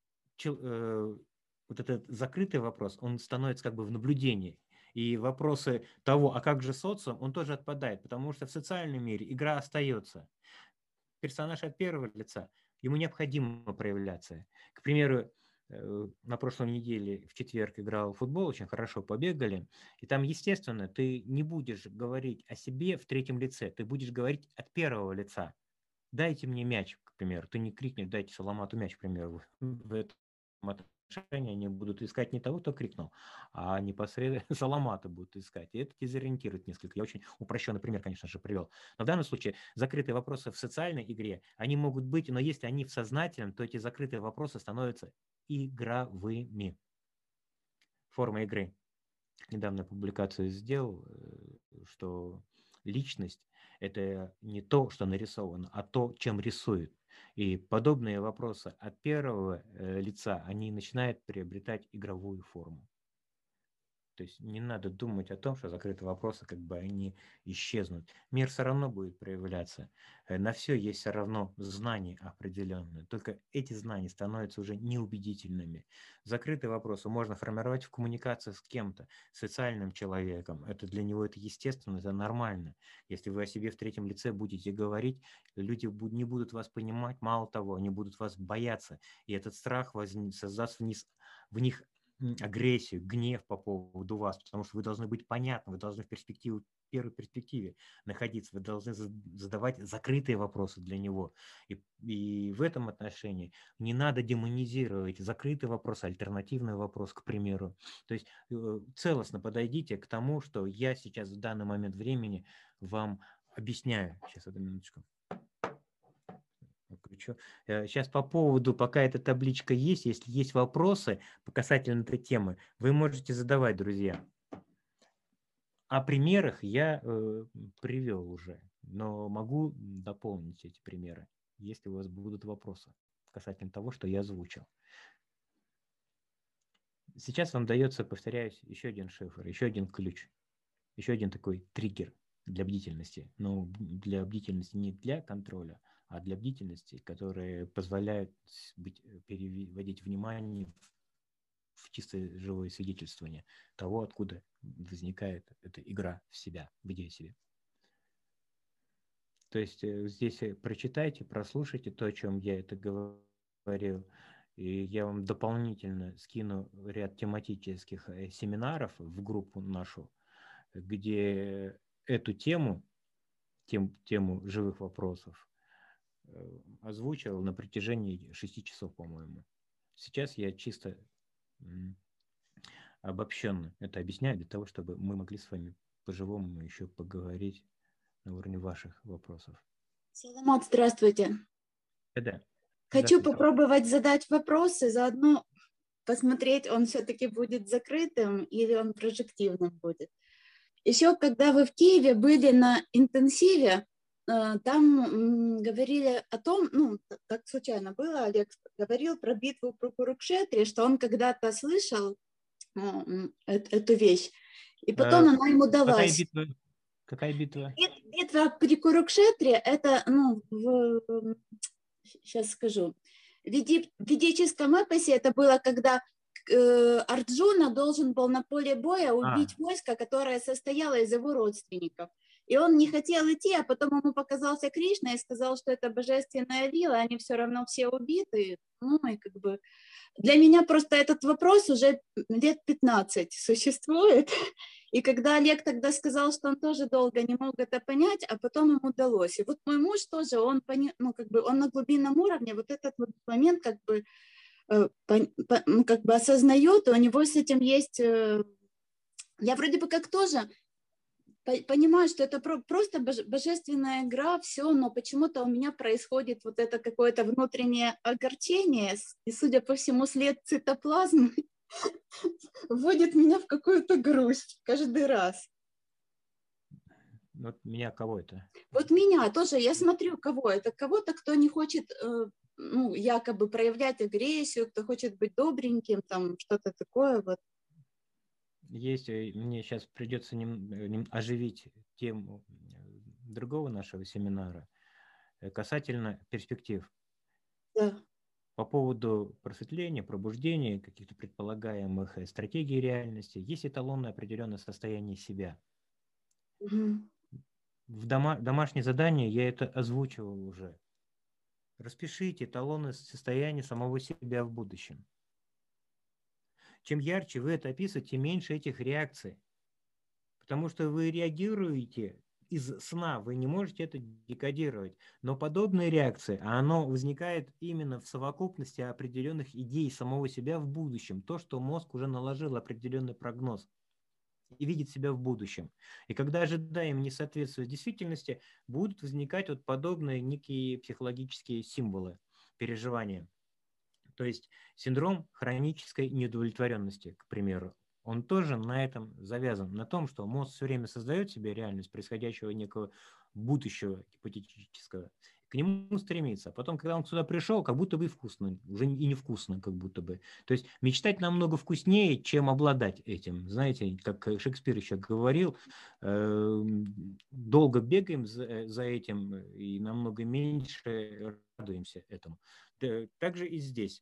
вот этот закрытый вопрос, он становится как бы в наблюдении. И вопросы того, а как же социум, он тоже отпадает, потому что в социальном мире игра остается. Персонаж от первого лица, ему необходимо проявляться. К примеру, на прошлой неделе в четверг играл в футбол, очень хорошо побегали, и там, естественно, ты не будешь говорить о себе в третьем лице, ты будешь говорить от первого лица. Дайте мне мяч, к примеру. Ты не крикнешь, дайте Саламату мяч, к примеру. В этом отношении они будут искать не того, кто крикнул, а непосредственно Саламата будут искать. И это дезориентирует несколько. Я очень упрощенный пример, конечно же, привел. Но в данном случае закрытые вопросы в социальной игре, они могут быть, но если они в сознательном, то эти закрытые вопросы становятся игровыми. Формой игры. недавно публикацию сделал, что личность – это не то, что нарисовано, а то, чем рисует. И подобные вопросы от первого лица, они начинают приобретать игровую форму. То есть не надо думать о том, что закрытые вопросы, как бы они исчезнут. Мир все равно будет проявляться. На все есть все равно знания определенные. Только эти знания становятся уже неубедительными. Закрытые вопросы можно формировать в коммуникации с кем-то, с социальным человеком. Это для него это естественно, это нормально. Если вы о себе в третьем лице будете говорить, люди не будут вас понимать, мало того, они будут вас бояться. И этот страх создаст в них агрессию, гнев по поводу вас, потому что вы должны быть понятны, вы должны в первой перспективе находиться, вы должны задавать закрытые вопросы для него. И в этом отношении не надо демонизировать закрытый вопрос, альтернативный вопрос, к примеру. То есть целостно подойдите к тому, что я сейчас в данный момент времени вам объясняю. Сейчас, одну минуточку. Сейчас по поводу, пока эта табличка есть, если есть вопросы касательно этой темы, вы можете задавать, друзья. О примерах я привел уже, но могу дополнить эти примеры, если у вас будут вопросы касательно того, что я озвучил. Сейчас вам дается, повторяюсь, еще один шифр, еще один ключ, еще один такой триггер для бдительности. Но для бдительности не для контроля, а для бдительности, которые позволяют переводить внимание в чистое живое свидетельствование того, откуда возникает эта игра в себя, в идею себе. То есть здесь прочитайте, прослушайте то, о чем я это говорил, и я вам дополнительно скину ряд тематических семинаров в группу нашу, где эту тему живых вопросов озвучил на протяжении 6 часов, по-моему. Сейчас я чисто обобщенно это объясняю для того, чтобы мы могли с вами по-живому еще поговорить на уровне ваших вопросов. Саламат, здравствуйте. Да. Хочу попробовать задать вопросы, заодно посмотреть, он все-таки будет закрытым или он прожективным будет. Еще когда вы в Киеве были на интенсиве, там говорили о том, ну, так случайно было, Олег говорил про битву при Курукшетре, что он когда-то слышал эту вещь, и потом она ему далась. Какая битва? Битва при Курукшетре, это, ну, сейчас скажу, в ведическом эпосе это было, когда Арджуна должен был на поле боя убить войско, которое состояло из его родственников. И он не хотел идти, а потом ему показался Кришна и сказал, что это божественная лила, они все равно все убиты. Ну, и как бы для меня просто этот вопрос уже лет 15 существует. И когда Олег тогда сказал, что он тоже долго не мог это понять, а потом ему удалось. И вот мой муж тоже, он, ну, как бы, он на глубинном уровне вот этот вот момент как бы, как бы осознает, и у него с этим есть... Я вроде бы как тоже понимаю, что это просто божественная игра, все, но почему-то у меня происходит вот это какое-то внутреннее огорчение, и, судя по всему, след цитоплазмы вводит меня в какую-то грусть каждый раз. Вот меня кого это? Вот меня тоже, я смотрю, кого это, кого-то, кто не хочет, ну, якобы проявлять агрессию, кто хочет быть добреньким, там, что-то такое вот. Есть, мне сейчас придется оживить тему другого нашего семинара касательно перспектив. Да. По поводу просветления, пробуждения, каких-то предполагаемых стратегий реальности, есть эталонное определенное состояние себя. Угу. В домашнее задание я это озвучивал уже. Распишите эталонное состояние самого себя в будущем. Чем ярче вы это описываете, тем меньше этих реакций. Потому что вы реагируете из сна, вы не можете это декодировать. Но подобные реакции, оно возникает именно в совокупности определенных идей самого себя в будущем. То, что мозг уже наложил определенный прогноз и видит себя в будущем. И когда ожидаем не соответствует действительности, будут возникать вот подобные некие психологические символы, переживания. То есть синдром хронической неудовлетворенности, к примеру, он тоже на этом завязан, на том, что мозг все время создает себе реальность происходящего некого будущего гипотетического, к нему стремится. А потом, когда он сюда пришел, как будто бы и вкусно, уже и невкусно, как будто бы. То есть мечтать намного вкуснее, чем обладать этим. Знаете, как Шекспир еще говорил, долго бегаем за этим и намного меньше радуемся этому. Также и здесь.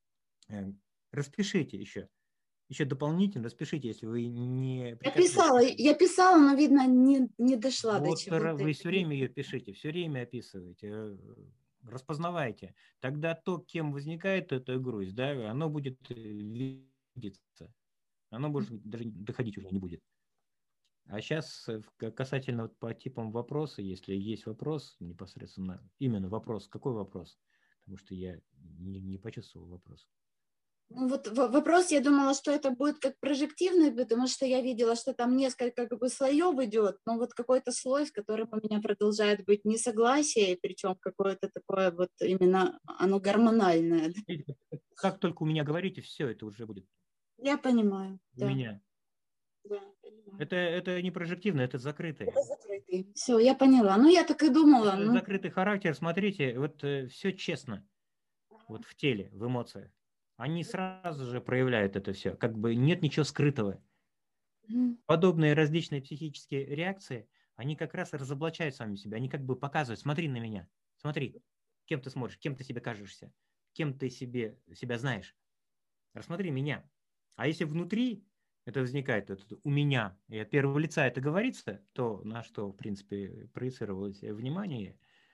Распишите еще дополнительно, распишите, если вы не... Я писала, но, видно, не дошла до Вот чего-то. вы все время ее пишите, все время описывайте, распознавайте. Тогда то, кем возникает эта грусть, да, оно будет видеться. Оно может даже доходить уже не будет. А сейчас касательно вот по типам вопроса, если есть вопрос непосредственно, именно вопрос, какой вопрос? Потому что я не почувствовал вопрос. Ну, вот вопрос, я думала, что это будет как прожективный, потому что я видела, что там несколько как бы слоев идет, но вот какой-то слой, в котором у меня продолжает быть несогласие, причем какое-то такое вот именно оно гормональное. Как только у меня говорите, все, это уже будет. Я понимаю, У да. меня. Да, понимаю. Это не прожективное, это закрытое. Это закрытый. Все, я поняла. Ну, я так и думала. Это закрытый характер, смотрите, вот все честно, вот в теле, в эмоциях. Они сразу же проявляют это все, как бы нет ничего скрытого. Подобные различные психические реакции, они как раз разоблачают сами себя, они как бы показывают, смотри на меня, смотри, кем ты смотришь, кем ты себе кажешься, кем ты себя знаешь. Рассмотри меня. А если внутри это возникает у меня, и от первого лица это говорится, то на что, в принципе, проецировалось внимание,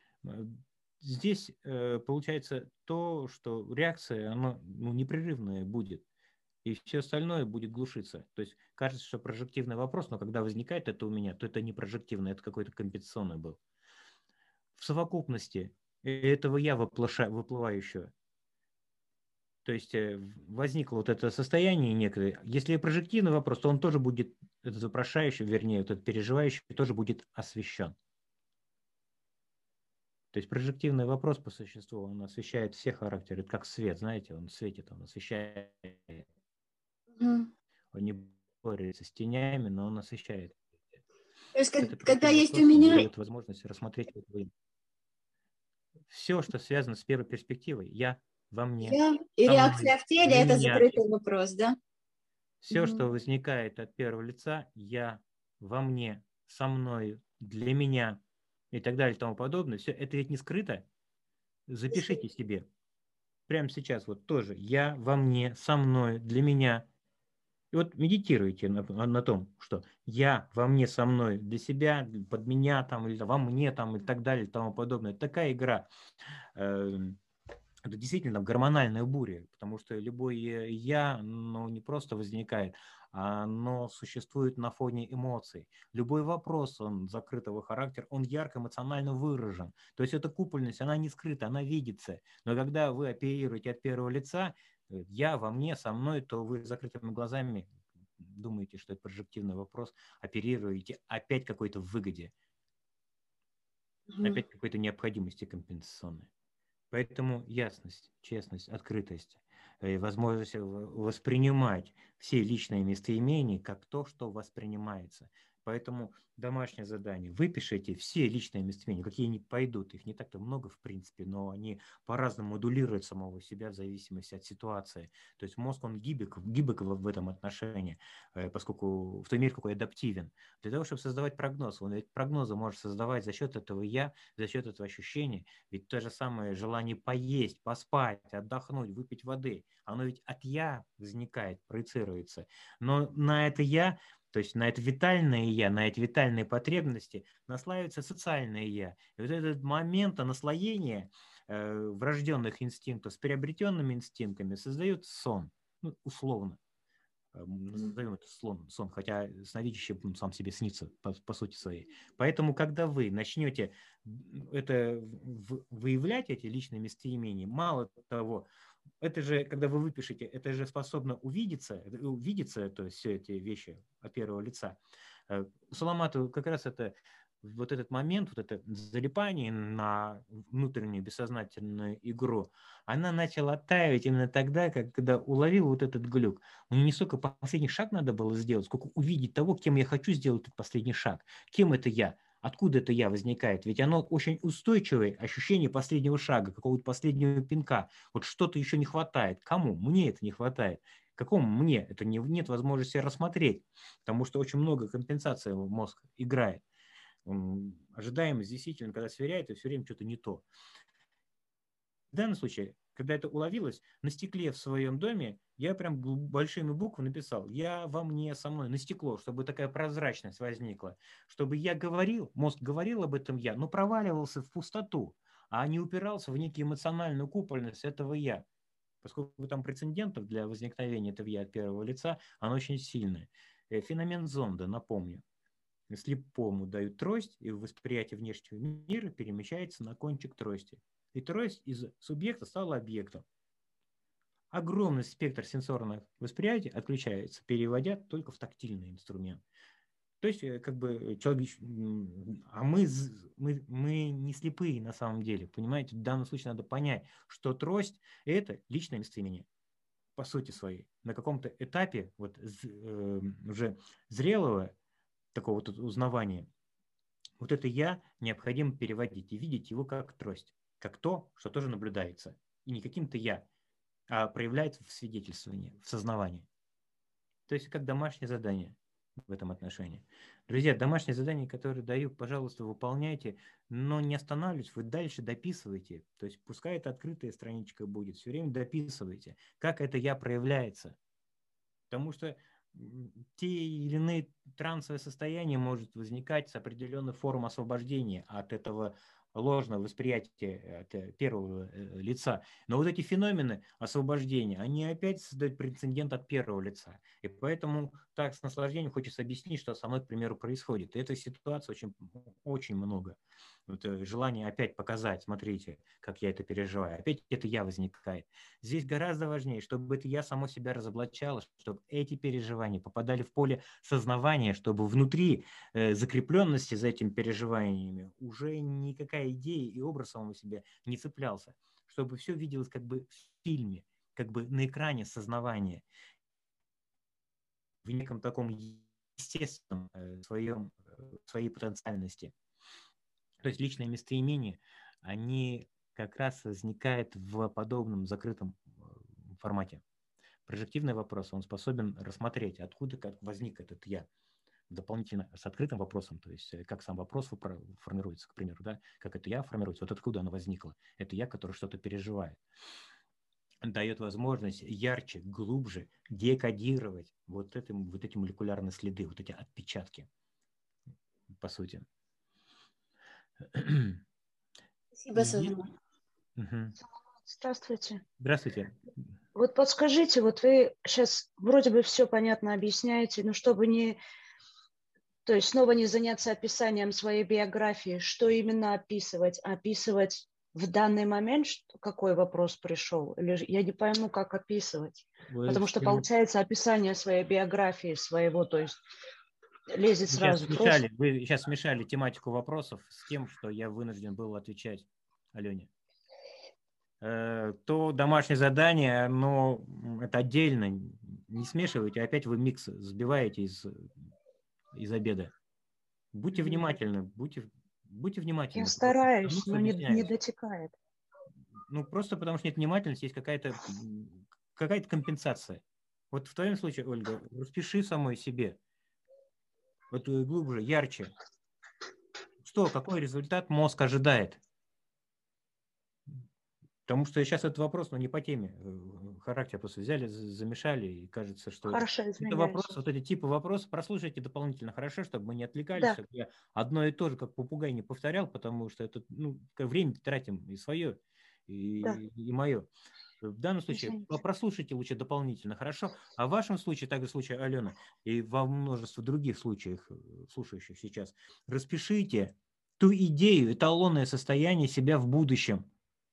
здесь получается то, что реакция, она непрерывная будет, и все остальное будет глушиться. То есть кажется, что прожективный вопрос, но когда возникает это у меня, то это не прожективный, это какой-то компенсационный был. В совокупности этого я выплывающего, то есть возникло вот это состояние некое. Если прожективный вопрос, то он тоже будет, этот вопрошающий, вернее, этот переживающий, тоже будет освещен. То есть прожективный вопрос по существу, он освещает все характеры, это как свет, знаете, он светит, он освещает. Он не борется с тенями, но он освещает. То есть, когда есть у меня... дает возможность рассмотреть все, что связано с первой перспективой. Я во мне. Я и реакция в теле – это закрытый вопрос, да? Все, что возникает от первого лица, я во мне, со мной, для меня и так далее и тому подобное, все это ведь не скрыто. Запишите себе. Прямо сейчас вот тоже. Я во мне, со мной, для меня. И вот медитируйте на том, что я во мне, со мной, для себя, под меня там, или во мне там и так далее и тому подобное. Такая игра. Это действительно гормональная буря, потому что любое «я» не просто возникает, оно существует на фоне эмоций. Любой вопрос, он закрытого характера, он ярко эмоционально выражен. То есть эта купольность, она не скрыта, она видится. Но когда вы оперируете от первого лица, «я во мне, со мной», то вы с закрытыми глазами думаете, что это прожективный вопрос, оперируете опять какой-то выгоде, опять какой-то необходимости компенсационной. Поэтому ясность, честность, открытость, возможность воспринимать все личные местоимения как то, что воспринимается. Поэтому домашнее задание. Выпишите все личные местоимения, какие они пойдут. Их не так-то много, в принципе, но они по-разному модулируют самого себя в зависимости от ситуации. То есть мозг, он гибок в этом отношении, поскольку в той мере, какой адаптивен. Для того, чтобы создавать прогноз, он ведь прогнозы может создавать за счет этого «я», за счет этого ощущения. Ведь то же самое желание поесть, поспать, отдохнуть, выпить воды, оно ведь от «я» возникает, проецируется. Но на это «я», то есть на это витальное «я», на эти витальные потребности наслаивается социальное «я». И вот этот момент наслоения врожденных инстинктов с приобретенными инстинктами создает сон, условно. Назовем это сон, хотя сновидящий сам себе снится по сути своей. Поэтому, когда вы начнете это выявлять, эти личные местоимения, мало того, это же, когда вы выпишете, это же способно увидеться, то есть все эти вещи от первого лица. У Саламата как раз это вот этот момент, вот это залипание на внутреннюю бессознательную игру, она начала таять именно тогда, когда уловил вот этот глюк. Мне не столько последний шаг надо было сделать, сколько увидеть того, кем я хочу сделать этот последний шаг. Кем это я? Откуда это я возникает? Ведь оно очень устойчивое ощущение последнего шага, какого-то последнего пинка. Вот что-то еще не хватает. Кому? Мне это не хватает. Какому мне? Это нет возможности рассмотреть, потому что очень много компенсаций мозг играет. Ожидаемость действительно, когда сверяет, это все время что-то не то. В данном случае, когда это уловилось, на стекле в своем доме я прям большими буквами написал: я во мне, со мной, на стекло, чтобы такая прозрачность возникла, чтобы я говорил, мозг говорил об этом я, но проваливался в пустоту, а не упирался в некую эмоциональную купольность этого я. Поскольку там прецедентов для возникновения этого я от первого лица, оно очень сильное. Феномен зонда, напомню. Слепому дают трость, и в восприятии внешнего мира перемещается на кончик трости. И трость из субъекта стала объектом. Огромный спектр сенсорных восприятий отключается, переводя только в тактильный инструмент. То есть, как бы, а мы не слепые на самом деле, понимаете? В данном случае надо понять, что трость – это личное местоимение, по сути своей. На каком-то этапе вот, уже зрелого такого вот узнавания вот это «я» необходимо переводить и видеть его как трость, как то, что тоже наблюдается. И не каким-то «я», а проявляется в свидетельствовании, в сознавании. То есть как домашнее задание в этом отношении. Друзья, домашнее задание, которое даю, пожалуйста, выполняйте, но не останавливайтесь, вы дальше дописывайте. То есть пускай это открытая страничка будет, все время дописывайте, как это «я» проявляется. Потому что те или иные трансовые состояния может возникать с определенной формой освобождения от этого ложного восприятия от первого лица. Но вот эти феномены освобождения, они опять создают прецедент от первого лица. И поэтому так с наслаждением хочется объяснить, что со мной, к примеру, происходит. И этой ситуации очень много. Вот желание опять показать, смотрите, как я это переживаю. Опять это я возникает. Здесь гораздо важнее, чтобы это я само себя разоблачало, чтобы эти переживания попадали в поле сознавания, чтобы внутри закрепленности за этими переживаниями уже никакая идея и образ самого себя не цеплялся, чтобы все виделось как бы в фильме, как бы на экране сознавания, в неком таком естественном своей потенциальности. То есть личные местоимения, они как раз возникают в подобном закрытом формате. Прожективный вопрос, он способен рассмотреть, откуда как возник этот «я». Дополнительно с открытым вопросом, то есть как сам вопрос формируется, к примеру, да, как это «я» формируется, вот откуда оно возникло. Это «я», который что-то переживает. Дает возможность ярче, глубже декодировать вот эти молекулярные следы, вот эти отпечатки, по сути. Спасибо, Соломон. Здравствуйте. Здравствуйте. Вот подскажите, вот вы сейчас вроде бы все понятно объясняете, но чтобы то есть снова не заняться описанием своей биографии, что именно описывать? Описывать в данный момент, какой вопрос пришел? Или я не пойму, как описывать. Потому что получается описание своей биографии, то есть лезет сразу. Вы сейчас смешали тематику вопросов с тем, что я вынужден был отвечать Алене. То домашнее задание, но это отдельно, не смешивайте, опять вы микс сбиваете из обеда. Будьте внимательны, будьте внимательны. Я стараюсь, но не дотекает. Ну, просто потому что нет внимательности, есть какая-то компенсация. Вот в твоем случае, Ольга, распиши самой себе. Вот глубже, ярче. Что, какой результат мозг ожидает? Потому что сейчас этот вопрос, но не по теме. Характер просто взяли, замешали, и кажется, что это вопрос, вот эти типы вопросов прослушайте дополнительно хорошо, чтобы мы не отвлекались, чтобы я одно и то же, как попугай, не повторял, потому что это, время тратим и свое, и мое. В данном случае прослушайте лучше дополнительно, хорошо? А в вашем случае, также в случае Алены, и во множестве других случаев, слушающих сейчас, распишите ту идею, эталонное состояние себя в будущем.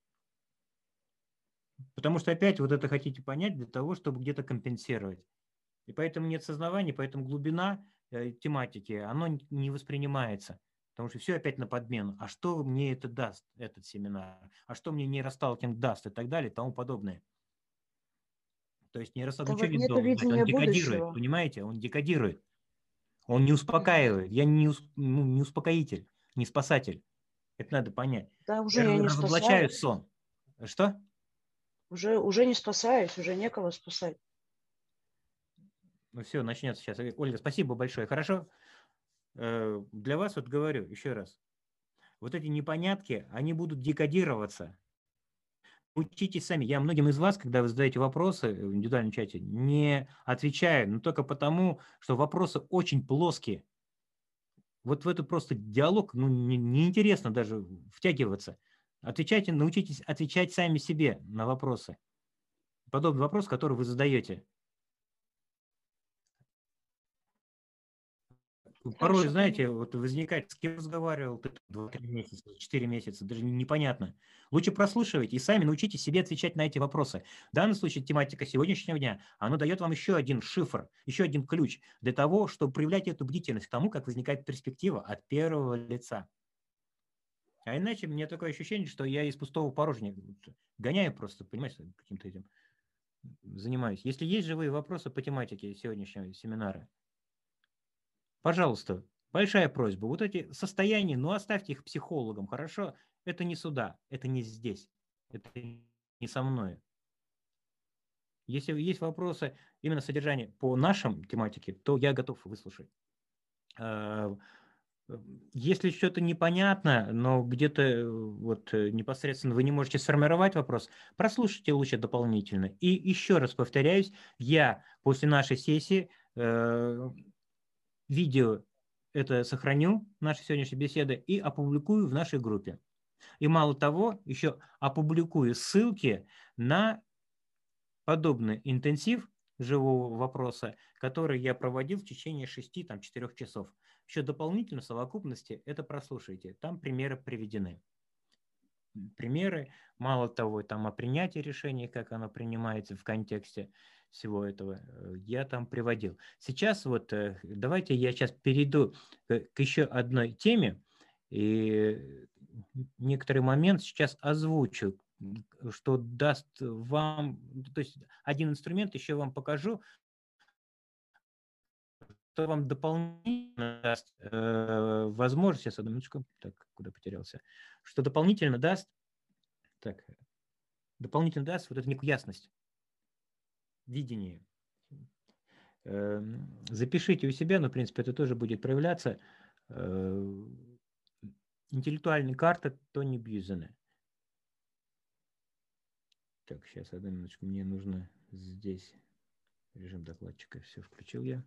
Потому что опять вот это хотите понять для того, чтобы где-то компенсировать. И поэтому нет сознавания, поэтому глубина тематики, оно не воспринимается. Потому что все опять на подмену. А что мне это даст, этот семинар? А что мне нейросталкинг даст и так далее и тому подобное. То есть нейросталкинг Да ничего вот не нету должен дать. Он видения декодирует, будущего. понимаете? Он декодирует. Он не Мгм. успокаивает. Я не успокоитель, не спасатель. Это надо понять. Да, Я уже я не разоблачаю спасаю. сон. Что? Уже не спасаюсь, уже некого спасать. Ну все, начнется сейчас. Ольга, спасибо большое. Хорошо. Для вас вот говорю еще раз. Вот эти непонятки, они будут декодироваться. Учитесь сами. Я многим из вас, когда вы задаете вопросы в индивидуальном чате, не отвечаю, но только потому, что вопросы очень плоские. Вот в это просто диалог, ну, неинтересно даже втягиваться. Отвечайте, научитесь отвечать сами себе на вопросы. Подобный вопрос, который вы задаете. Порой, Хорошо, знаете, поняла. вот возникает, с кем разговаривал ты 2-3 месяца, 4 месяца, даже непонятно. Лучше прослушивайте и сами научитесь себе отвечать на эти вопросы. В данном случае тематика сегодняшнего дня, она дает вам еще один шифр, еще один ключ для того, чтобы проявлять эту бдительность к тому, как возникает перспектива от первого лица. А иначе у меня такое ощущение, что я из пустого в порожнее гоняю просто, понимаете, каким-то этим занимаюсь. Если есть живые вопросы по тематике сегодняшнего семинара, пожалуйста, большая просьба. Вот эти состояния, ну оставьте их психологам, хорошо? Это не сюда, это не здесь, это не со мной. Если есть вопросы именно содержания по нашим тематике, то я готов выслушать. Если что-то непонятно, но где-то вот непосредственно вы не можете сформировать вопрос, прослушайте лучше дополнительно. И еще раз повторяюсь, я после нашей сессии видео это сохраню, нашей сегодняшней беседы, и опубликую в нашей группе. И мало того, еще опубликую ссылки на подобный интенсив живого вопроса, который я проводил в течение 6-4 часов. Еще дополнительно в совокупности это прослушайте. Там примеры приведены. Примеры, мало того, там о принятии решения, как оно принимается в контексте всего этого, я там приводил. Сейчас вот давайте я сейчас перейду к еще одной теме, и некоторый момент сейчас озвучу, что даст вам, то есть один инструмент еще вам покажу, что вам дополнительно даст возможность, сейчас одну минуточку, так, куда потерялся, что дополнительно даст, так, дополнительно даст вот эту некую ясность, видение. Запишите у себя, но, в принципе, это тоже будет проявляться. Интеллектуальная карта Тони Бьюзена. Так, сейчас, одну минуточку, мне нужно здесь режим докладчика. Все включил я.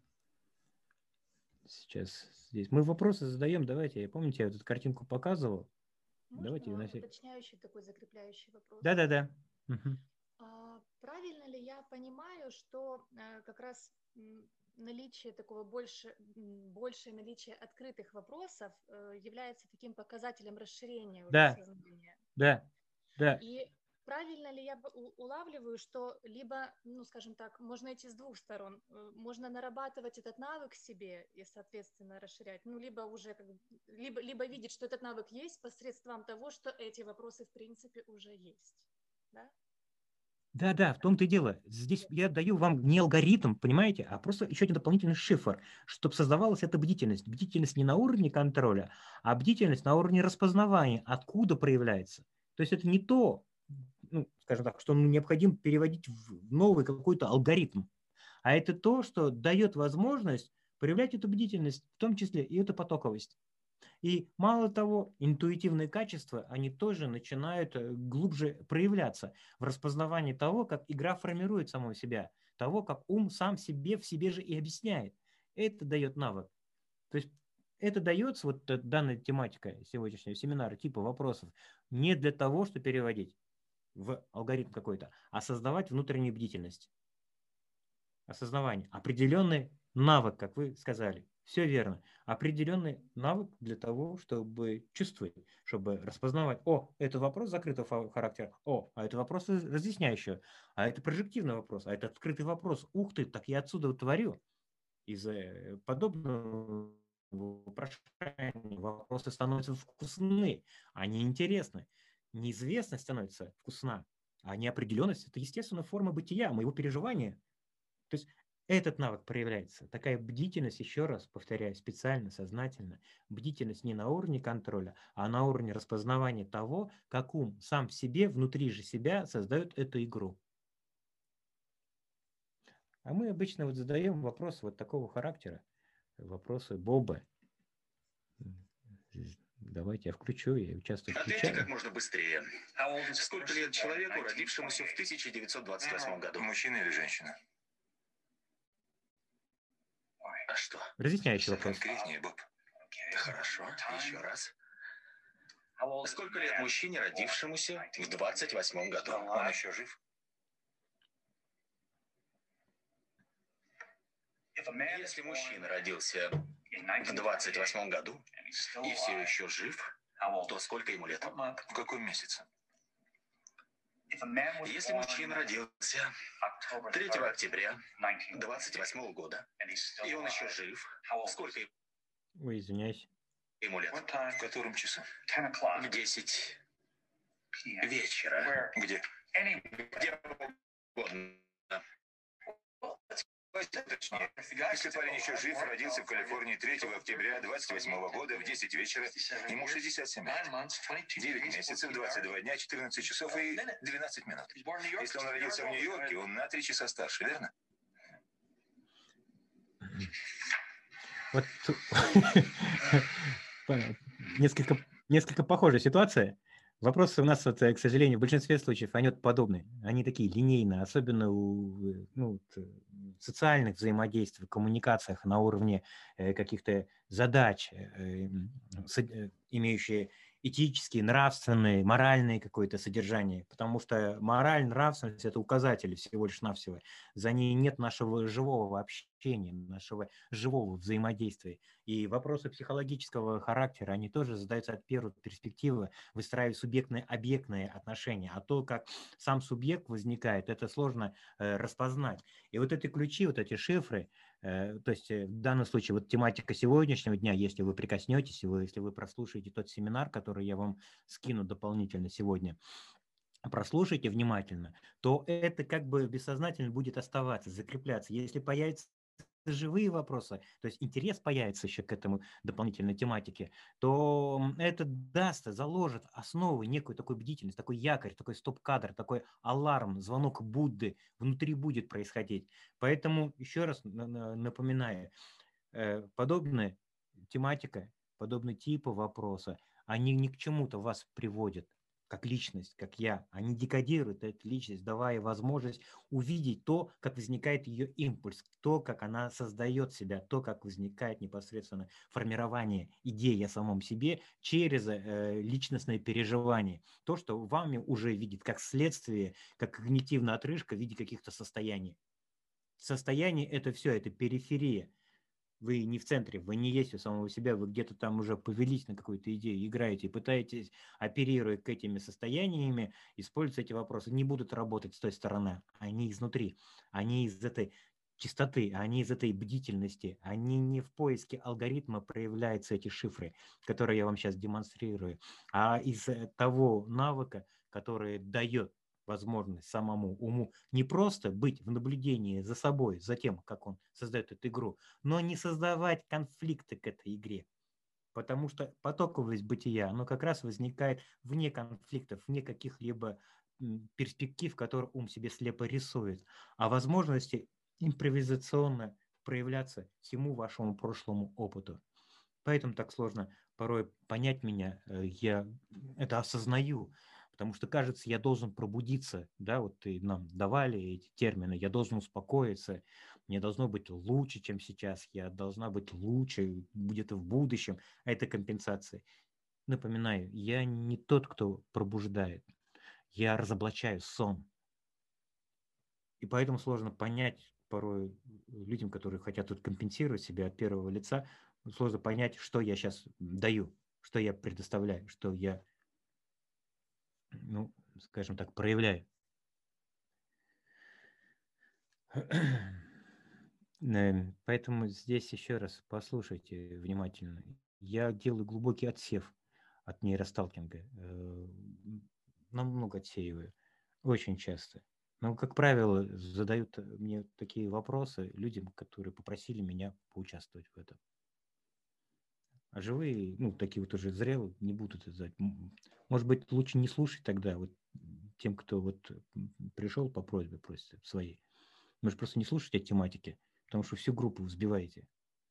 Сейчас здесь. Мы вопросы задаем, давайте. Помните, я эту картинку показывал? Давайте. Можно уточняющий такой закрепляющий вопрос? Да. Угу. Правильно ли я понимаю, что как раз наличие такого большее наличие открытых вопросов является таким показателем расширения уже сознания? Да. И правильно ли я улавливаю, что либо, ну, скажем так, можно идти с двух сторон, можно нарабатывать этот навык себе и, соответственно, расширять, ну, либо уже либо видеть, что этот навык есть посредством того, что эти вопросы, в принципе, уже есть, да? Да, в том-то и дело. Здесь я даю вам не алгоритм, понимаете, а просто еще один дополнительный шифр, чтобы создавалась эта бдительность. Бдительность не на уровне контроля, а бдительность на уровне распознавания, откуда проявляется. То есть это не то, ну, скажем так, что необходимо переводить в новый какой-то алгоритм, а это то, что дает возможность проявлять эту бдительность, в том числе и эту потоковость. И мало того, интуитивные качества, они тоже начинают глубже проявляться в распознавании того, как игра формирует самого себя, того, как ум сам себе в себе же и объясняет. Это дает навык. То есть это дается, вот данная тематика сегодняшнего семинара, типа вопросов, не для того, чтобы переводить в алгоритм какой-то, а создавать внутреннюю бдительность. Осознавание. Определенный навык, как вы сказали. Все верно. Определенный навык для того, чтобы чувствовать, чтобы распознавать. О, это вопрос закрытого характера. О, а это вопрос разъясняющего. А это прожективный вопрос. А это открытый вопрос. Ух ты, так я отсюда творю. Из подобного вопрошания, вопросы становятся вкусны, они интересны. Неизвестность становится вкусна, а неопределенность – это естественная форма бытия, моего переживания. То есть этот навык проявляется. Такая бдительность, еще раз повторяю, специально, сознательно. Бдительность не на уровне контроля, а на уровне распознавания того, как ум сам в себе, внутри же себя создает эту игру. А мы обычно вот задаем вопросы вот такого характера, вопросы Боба. Давайте я включу, я участвую. Ответьте как можно быстрее. Сколько лет человеку, родившемуся в 1928 году? Мужчина или женщина? А что? Разъясняющий вопрос. Конкретнее, Боб. Хорошо, еще раз. Сколько лет мужчине, родившемуся в 28 году? Он еще жив? Если мужчина родился в 28 году и все еще жив, то сколько ему лет? В каком месяце? Если мужчина родился 3 октября 28 года, и он еще жив, сколько Ой, извиняюсь. ему лет? В котором часу? В 10 вечера. Где? Где угодно. Точнее, если парень еще жив, родился в Калифорнии 3 октября 28 года в 10 вечера, ему 67 лет. 9 месяцев, 22 дня, 14 часов и 12 минут. Если он родился в Нью-Йорке, он на 3 часа старше, верно? Вот несколько похожая ситуация. Вопросы у нас, к сожалению, в большинстве случаев, они подобны. Они такие линейные, особенно у социальных взаимодействий, коммуникациях на уровне каких-то задач, имеющие этические, нравственные, моральные какое-то содержание. Потому что мораль, нравственность – это указатели всего лишь навсего. За ней нет нашего живого общения, нашего живого взаимодействия. И вопросы психологического характера, они тоже задаются от первой перспективы, выстраивая субъектно-объектные отношения. А то, как сам субъект возникает, это сложно распознать. И вот эти ключи, вот эти шифры, то есть в данном случае вот тематика сегодняшнего дня, если вы прикоснетесь, если вы прослушаете тот семинар, который я вам скину дополнительно сегодня, прослушайте внимательно, то это как бы бессознательно будет оставаться, закрепляться. Если появятся живые вопросы, то есть интерес появится еще к этому дополнительной тематике, то это даст, заложит основы, некую такую бдительность, такой якорь, такой стоп-кадр, такой аларм, звонок Будды внутри будет происходить. Поэтому еще раз напоминаю, подобная тематика, подобные типы вопроса, они ни к чему-то вас приводят, как личность, как я. Они декодируют эту личность, давая возможность увидеть то, как возникает ее импульс, то, как она создает себя, то, как возникает непосредственно формирование идеи о самом себе через личностное переживание. То, что вами уже видит как следствие, как когнитивная отрыжка в виде каких-то состояний. Состояние – это все, это периферия. Вы не в центре, вы не есть у самого себя, вы где-то там уже повелись на какую-то идею, играете, пытаетесь, оперируя к этими состояниями, использовать эти вопросы. Не будут работать с той стороны, они изнутри, они из этой чистоты, они из этой бдительности, они не в поиске алгоритма проявляются эти шифры, которые я вам сейчас демонстрирую, а из того навыка, который дает возможность самому уму не просто быть в наблюдении за собой, за тем, как он создает эту игру, но не создавать конфликты к этой игре. Потому что потоковость бытия, оно как раз возникает вне конфликтов, вне каких-либо перспектив, которые ум себе слепо рисует, а возможности импровизационно проявляться всему вашему прошлому опыту. Поэтому так сложно порой понять меня, я это осознаю, потому что, кажется, я должен пробудиться, да, вот и нам давали эти термины, я должен успокоиться, мне должно быть лучше, чем сейчас, я должна быть лучше где-то в будущем, а это компенсация. Напоминаю, я не тот, кто пробуждает, я разоблачаю сон. И поэтому сложно понять порой людям, которые хотят тут компенсировать себя от первого лица, сложно понять, что я сейчас даю, что я предоставляю, что я, ну, скажем так, проявляю. Поэтому здесь еще раз послушайте внимательно. Я делаю глубокий отсев от нейросталкинга. Намного отсеиваю. Очень часто. Но, как правило, задают мне такие вопросы людям, которые попросили меня поучаствовать в этом. А живые, ну, такие вот уже зрелые, не будут это знать. Может быть, лучше не слушать тогда вот тем, кто вот пришел по просьбе, просит своей. Может, просто не слушать эти тематики, потому что всю группу взбиваете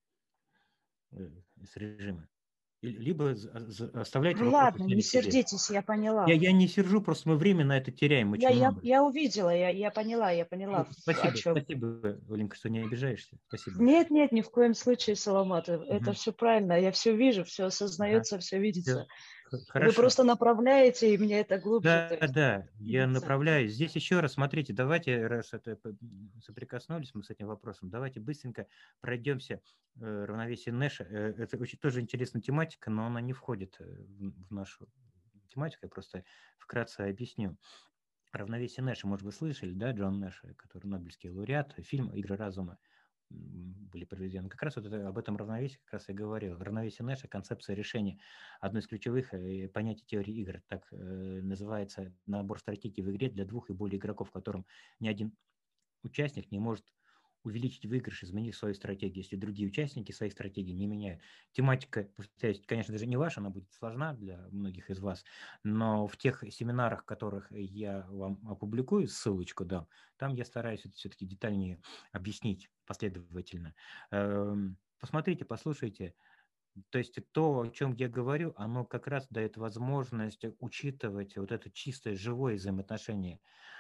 с режима. Либо оставляйте Ну вопросы ладно, сами не себе. сердитесь, я поняла. Я не сержу, просто мы время на это теряем очень много. Я увидела, я поняла, о Спасибо, чем. спасибо, Оленька, что не обижаешься. Спасибо. Нет, ни в коем случае, Саламат, это все правильно, я все вижу, все Ага. осознается, все видится. Вы Хорошо. просто направляете, и мне это глубже. Да, я направляю. Здесь еще раз, смотрите, давайте, раз это соприкоснулись мы с этим вопросом, давайте быстренько пройдемся равновесие Нэша. Это очень тоже интересная тематика, но она не входит в нашу тематику, я просто вкратце объясню. Равновесие Нэша, может, вы слышали, да, Джон Нэш, который Нобелевский лауреат, фильм «Игры разума» были проведены. Как раз вот об этом равновесии как раз я говорил. Равновесие Нэша, концепция решения. Одно из ключевых понятий теории игр. Так называется набор стратегий в игре для 2 и более игроков, в котором ни один участник не может увеличить выигрыш, изменив свою стратегию, если другие участники своих стратегий не меняют. Тематика, повторяюсь, конечно, даже не ваша, она будет сложна для многих из вас, но в тех семинарах, в которых я вам опубликую, ссылочку дам, там я стараюсь это все-таки детальнее объяснить последовательно. Посмотрите, послушайте. То есть то, о чем я говорю, оно как раз дает возможность учитывать вот это чистое живое взаимоотношение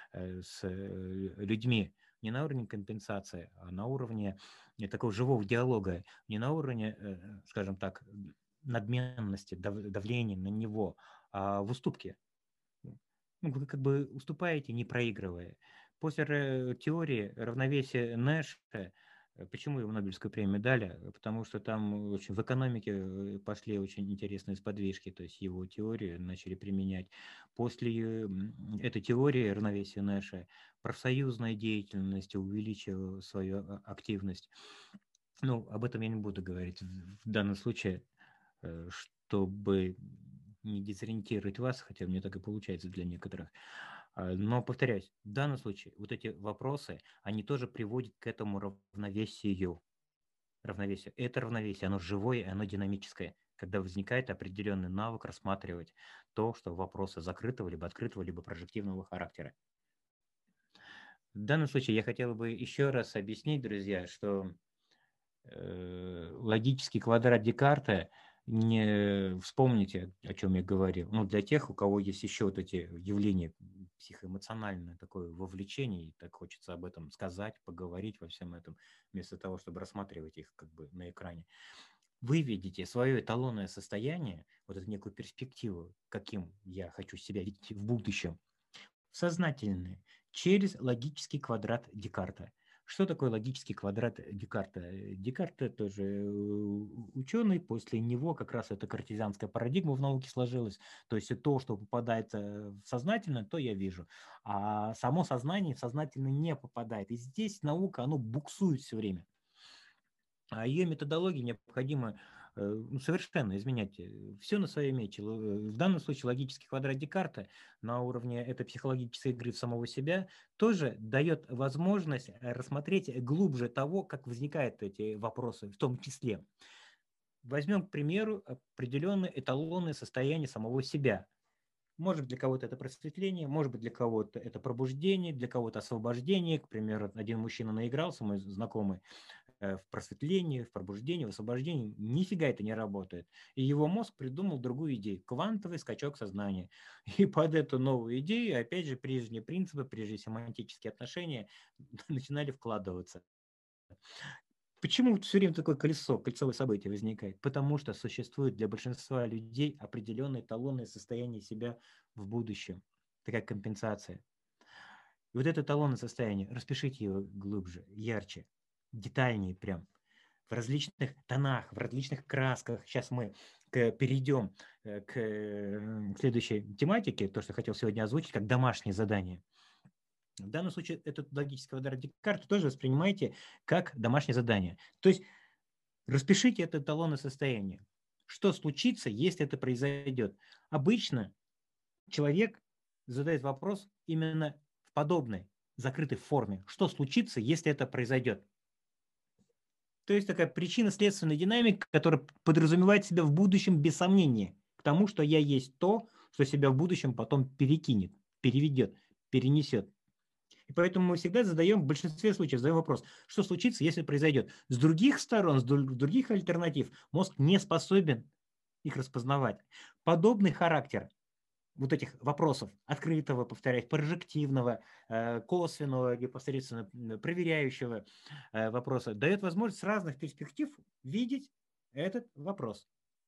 с людьми, не на уровне компенсации, а на уровне такого живого диалога, не на уровне, скажем так, надменности, давления на него, а в уступке. Ну, вы как бы уступаете, не проигрывая. После теории равновесия Нэша, почему его Нобелевскую премию дали? Потому что там очень в экономике пошли очень интересные сподвижки, то есть его теорию начали применять. После этой теории равновесия Нэша профсоюзная деятельность увеличила свою активность. Ну, об этом я не буду говорить в данном случае, чтобы не дезориентировать вас, хотя мне так и получается для некоторых. Но, повторяюсь, в данном случае вот эти вопросы, они тоже приводят к этому равновесию. Это равновесие, оно живое, оно динамическое, когда возникает определенный навык рассматривать то, что вопросы закрытого, либо открытого, либо прожективного характера. В данном случае я хотел бы еще раз объяснить, друзья, что логический квадрат Декарта, не вспомните, о чем я говорил. Ну, для тех, у кого есть еще вот эти явления психоэмоциональное такое вовлечение, и так хочется об этом сказать, поговорить во всем этом, вместо того, чтобы рассматривать их как бы на экране. Вы видите свое эталонное состояние, вот эту некую перспективу, каким я хочу себя видеть в будущем, сознательное, через логический квадрат Декарта. Что такое логический квадрат Декарта? Декарт тоже ученый, после него как раз эта картезианская парадигма в науке сложилась, то есть то, что попадает в сознательное, то я вижу, а само сознание в сознательное не попадает. И здесь наука, оно буксует все время. А ее методологии необходимо совершенно изменять. Все на своем месте. В данном случае логический квадрат Декарта на уровне этой психологической игры в самого себя тоже дает возможность рассмотреть глубже того, как возникают эти вопросы, в том числе. Возьмем, к примеру, определенное эталонное состояние самого себя. Может быть, для кого-то это просветление, может быть, для кого-то это пробуждение, для кого-то освобождение. К примеру, один мужчина наигрался, мой знакомый, в просветлении, в пробуждении, в освобождении. Нифига это не работает. И его мозг придумал другую идею. Квантовый скачок сознания. И под эту новую идею, опять же, прежние принципы, прежние семантические отношения начинали вкладываться. Почему все время такое кольцевое событие возникает? Потому что существует для большинства людей определенное эталонное состояние себя в будущем. Такая компенсация. И вот это эталонное состояние, распишите его глубже, ярче, детальнее прям, в различных тонах, в различных красках. Сейчас мы перейдем к следующей тематике, то, что хотел сегодня озвучить, как домашнее задание. В данном случае этот логический квадрат Декарта тоже воспринимайте как домашнее задание. То есть распишите это эталонное состояние. Что случится, если это произойдет? Обычно человек задает вопрос именно в подобной, закрытой форме. Что случится, если это произойдет? То есть такая причинно-следственная динамика, которая подразумевает себя в будущем без сомнения к тому, что я есть то, что себя в будущем потом перекинет, переведет, перенесет. И поэтому мы всегда задаем, в большинстве случаев задаем вопрос, что случится, если произойдет. С других сторон, с других альтернатив мозг не способен их распознавать. Подобный характер вот этих вопросов, открытого, повторяюсь, прожективного, косвенного, непосредственно проверяющего вопроса, дает возможность с разных перспектив видеть этот вопрос.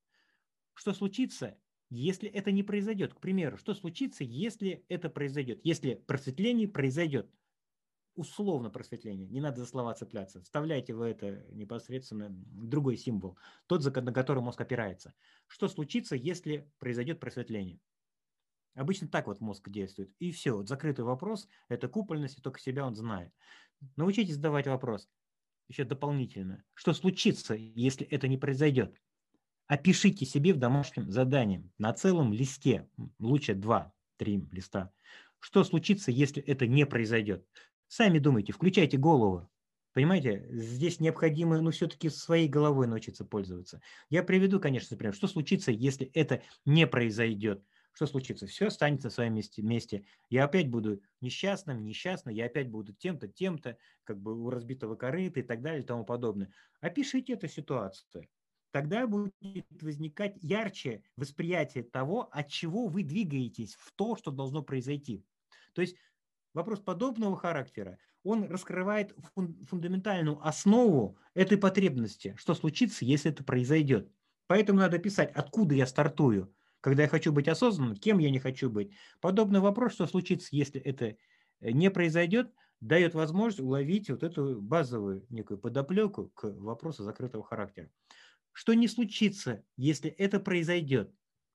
Что случится, если это не произойдет? К примеру, что случится, если это произойдет? Если просветление произойдет? Условно просветление, не надо за слова цепляться. Вставляйте в это непосредственно другой символ, тот, на который мозг опирается. Что случится, если произойдет просветление? Обычно так вот мозг действует. И все, вот закрытый вопрос, это купольность, и только себя он знает. Научитесь задавать вопрос еще дополнительно. Что случится, если это не произойдет? Опишите себе в домашнем задании на целом листе, лучше 2-3 листа. Что случится, если это не произойдет? Сами думайте, включайте голову. Понимаете, здесь необходимо, все-таки своей головой научиться пользоваться. Я приведу, конечно, пример. Что случится, если это не произойдет? Что случится? Все останется в своем месте. Я опять буду несчастным, я опять буду тем-то, тем-то, как бы у разбитого корыта и так далее и тому подобное. Опишите эту ситуацию. Тогда будет возникать ярче восприятие того, от чего вы двигаетесь в то, что должно произойти. То есть вопрос подобного характера, он раскрывает фундаментальную основу этой потребности, что случится, если это произойдет. Поэтому надо писать, откуда я стартую, когда я хочу быть осознанным, кем я не хочу быть. Подобный вопрос, что случится, если это не произойдет, дает возможность уловить вот эту базовую некую подоплеку к вопросу закрытого характера. Что не случится, если это произойдет?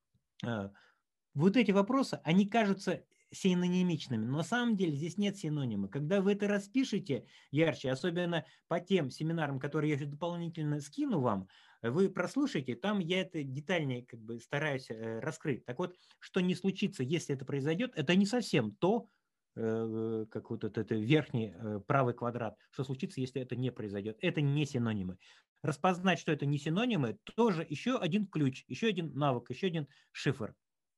Вот эти вопросы, они кажутся синонимичными, но на самом деле здесь нет синонима. Когда вы это распишете ярче, особенно по тем семинарам, которые я еще дополнительно скину вам, вы прослушаете, там я это детальнее как бы стараюсь раскрыть. Так вот, что не случится, если это произойдет, это не совсем то, как вот это верхний правый квадрат, что случится, если это не произойдет. Это не синонимы. Распознать, что это не синонимы, тоже еще один ключ, еще один навык, еще один шифр.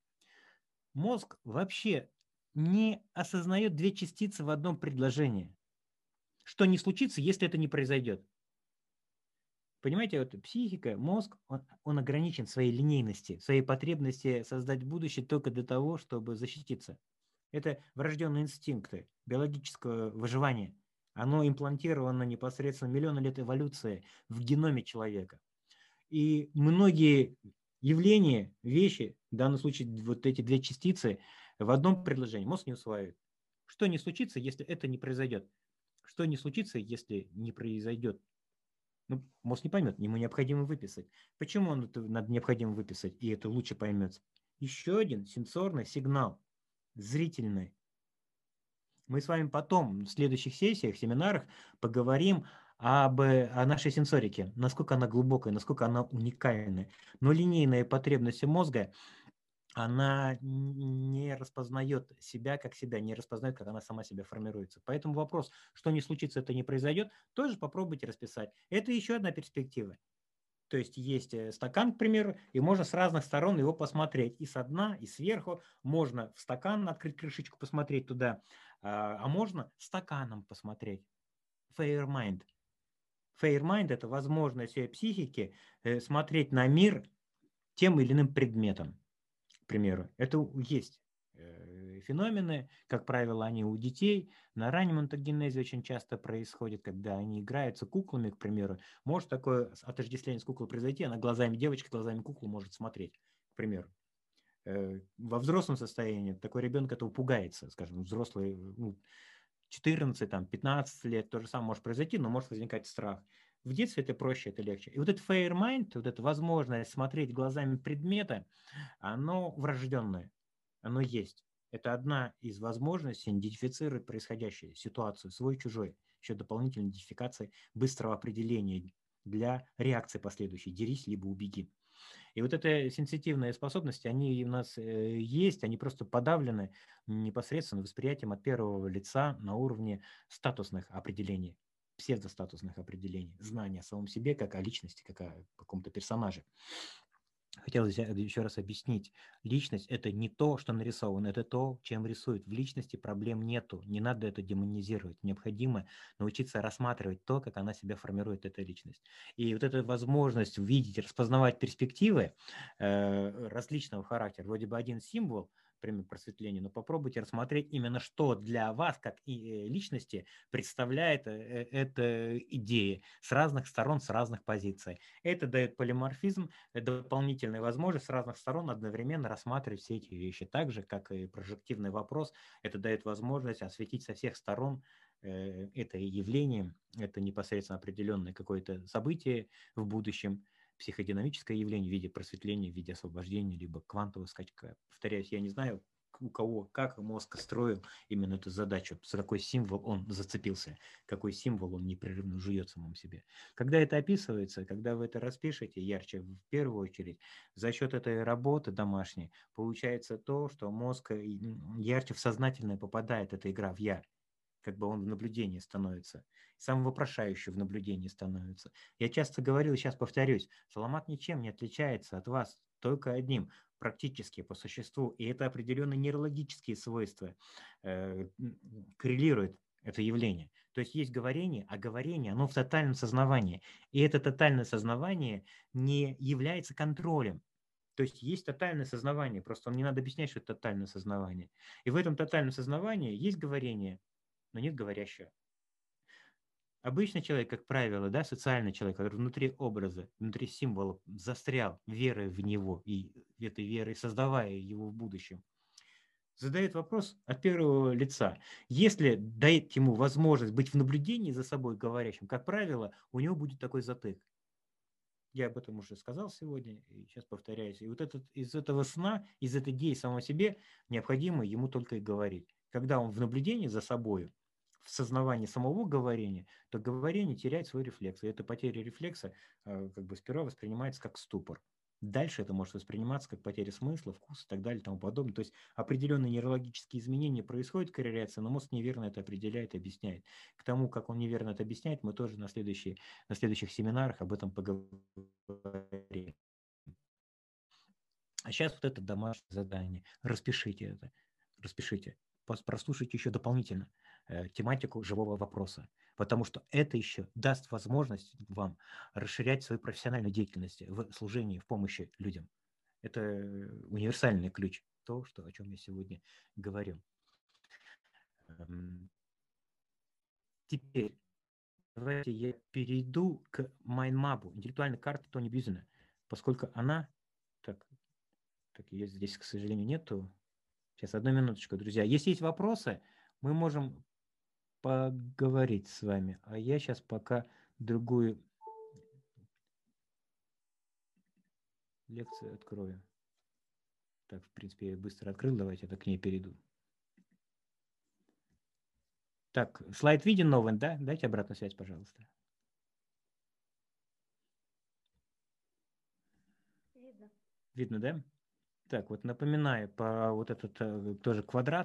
Мозг вообще не осознает две частицы в одном предложении. Что не случится, если это не произойдет. Понимаете, вот психика, мозг, он ограничен в своей линейности, в своей потребности создать будущее только для того, чтобы защититься. Это врожденные инстинкты биологического выживания. Оно имплантировано непосредственно миллионы лет эволюции в геноме человека. И многие явления, вещи, в данном случае вот эти две частицы, в одном предложении мозг не усваивает. Что не случится, если это не произойдет? Что не случится, если не произойдет? Ну, мозг не поймет, ему необходимо выписать. Почему он это надо необходимо выписать, и это лучше поймется? Еще один сенсорный сигнал, зрительный. Мы с вами потом в следующих сессиях, семинарах поговорим о нашей сенсорике, насколько она глубокая, насколько она уникальная. Но линейная потребность мозга, она не распознает себя как себя, не распознает, как она сама себя формируется. Поэтому вопрос, что не случится, это не произойдет, тоже попробуйте расписать. Это еще одна перспектива. То есть есть стакан, к примеру, и можно с разных сторон его посмотреть. И со дна, и сверху. Можно в стакан открыть крышечку, посмотреть туда. А можно стаканом посмотреть. Fair mind. Fair mind – это возможность психики смотреть на мир тем или иным предметом, к примеру. Это есть феномены, как правило, они у детей. На раннем онтогенезе очень часто происходит, когда они играются куклами, к примеру. Может такое отождествление с куклой произойти, она глазами девочки, глазами куклы может смотреть, к примеру. Во взрослом состоянии такой ребенок этого пугается, скажем, взрослый, 14-15 лет, то же самое может произойти, но может возникать страх. В детстве это проще, это легче. И вот этот fair mind, вот эта возможность смотреть глазами предмета, оно врожденное, оно есть. Это одна из возможностей идентифицировать происходящее, ситуацию, свой-чужой, еще дополнительной идентификации быстрого определения для реакции последующей, дерись либо убеги. И вот эти сенситивные способности, они у нас есть, они просто подавлены непосредственно восприятием от первого лица на уровне статусных определений, псевдостатусных определений, знания о самом себе, как о личности, как о каком-то персонаже. Хотелось еще раз объяснить. Личность – это не то, что нарисовано, это то, чем рисуют. В личности проблем нету, не надо это демонизировать. Необходимо научиться рассматривать то, как она себя формирует, эта личность. И вот эта возможность видеть, распознавать перспективы различного характера. Вроде бы один символ примет просветление, но попробуйте рассмотреть именно, что для вас, как и личности, представляет эта идея с разных сторон, с разных позиций. Это дает полиморфизм, дополнительная возможность с разных сторон одновременно рассматривать все эти вещи. Так же, как и прожективный вопрос, это дает возможность осветить со всех сторон это явление, это непосредственно определенное какое-то событие в будущем, психодинамическое явление в виде просветления, в виде освобождения, либо квантового скачка. Повторяюсь, я не знаю, у кого, как мозг строил именно эту задачу, за какой символ он зацепился, какой символ он непрерывно жует самому себе. Когда это описывается, когда вы это распишете ярче, в первую очередь, за счет этой работы домашней, получается то, что мозг ярче в сознательное попадает, эта игра в «я», как бы он в наблюдении становится, сам вопрошающий в наблюдении становится. Я часто говорил, сейчас повторюсь, Саламат ничем не отличается от вас, только одним, практически по существу, и это определенные нейрологические свойства коррелируют это явление. То есть есть говорение, а говорение, оно в тотальном сознании. И это тотальное сознание не является контролем. То есть есть тотальное сознание, просто вам не надо объяснять, что это тотальное сознание. И в этом тотальном сознании есть говорение, но нет говорящего. Обычный человек, как правило, да, социальный человек, который внутри образа, внутри символа застрял верой в него и этой верой создавая его в будущем, задает вопрос от первого лица. Если дает ему возможность быть в наблюдении за собой говорящим, как правило, у него будет такой затык. Я об этом уже сказал сегодня, и сейчас повторяюсь. И вот из этого сна, из этой идеи самого себе необходимо ему только и говорить. Когда он в наблюдении за собой, в сознании самого говорения, то говорение теряет свой рефлекс. И эта потеря рефлекса как бы сперва воспринимается как ступор. Дальше это может восприниматься как потеря смысла, вкуса и так далее и тому подобное. То есть определенные нейрологические изменения происходят, корреляция, но мозг неверно это определяет, объясняет. К тому, как он неверно это объясняет, мы тоже на следующих семинарах об этом поговорим. А сейчас вот это домашнее задание. Распишите это. Распишите. Прослушайте еще дополнительно тематику живого вопроса. Потому что это еще даст возможность вам расширять свою профессиональную деятельность в служении, в помощи людям. Это универсальный ключ. То, о чем я сегодня говорю. Теперь давайте я перейду к майндмапу, интеллектуальной карты Тони Бьюзена, поскольку она... Так, ее здесь, к сожалению, нету. Сейчас, одну минуточку, друзья. Если есть вопросы, мы можем поговорить с вами. А я сейчас пока другую лекцию открою. Так, в принципе, я быстро открыл. Давайте я к ней перейду. Так, слайд виден новый, да? Дайте обратную связь, пожалуйста. Видно. Видно, да? Так, вот напоминаю по вот этот тоже квадрат.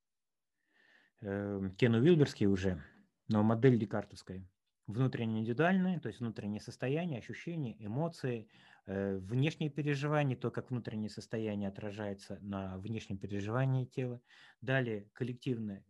Кену Вилберский уже, но модель декартовская. Внутреннее индивидуальное, то есть внутреннее состояние, ощущения, эмоции, внешние переживания, то, как внутреннее состояние отражается на внешнем переживании тела. Далее коллективное,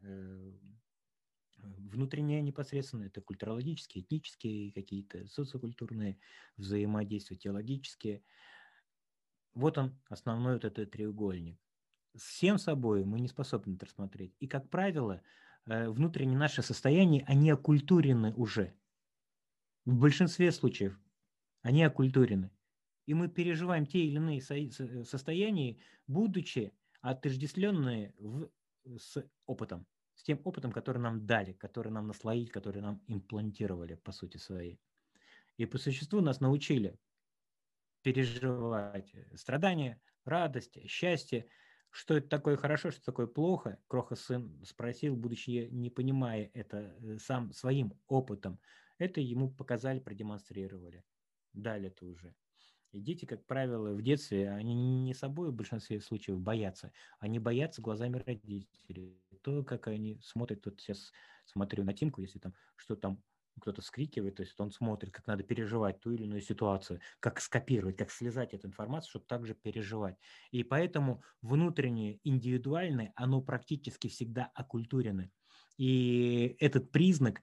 внутреннее непосредственно, это культурологические, этнические какие-то, социокультурные взаимодействия, теологические. Вот он, основной вот этот треугольник. Всем собой мы не способны это рассмотреть. И, как правило, внутренние наши состояния, они оккультурены уже. В большинстве случаев они оккультурены. И мы переживаем те или иные состояния, будучи отождествленные с опытом. С тем опытом, который нам дали, который нам наслоили, который нам имплантировали, по сути своей. И по существу нас научили переживать страдания, радость, счастье, Что это такое хорошо, что такое плохо, Кроха сын спросил, будучи не понимая это сам своим опытом. Это ему показали, продемонстрировали. Дали это уже. И дети, как правило, в детстве, они не собой в большинстве случаев боятся, они боятся глазами родителей. То, как они смотрят, вот сейчас смотрю на Тимку, если там что там кто-то вскрикивает, то есть он смотрит, как надо переживать ту или иную ситуацию, как скопировать, как слезать эту информацию, чтобы также переживать. И поэтому внутреннее, индивидуальное, оно практически всегда оккультурено. И этот признак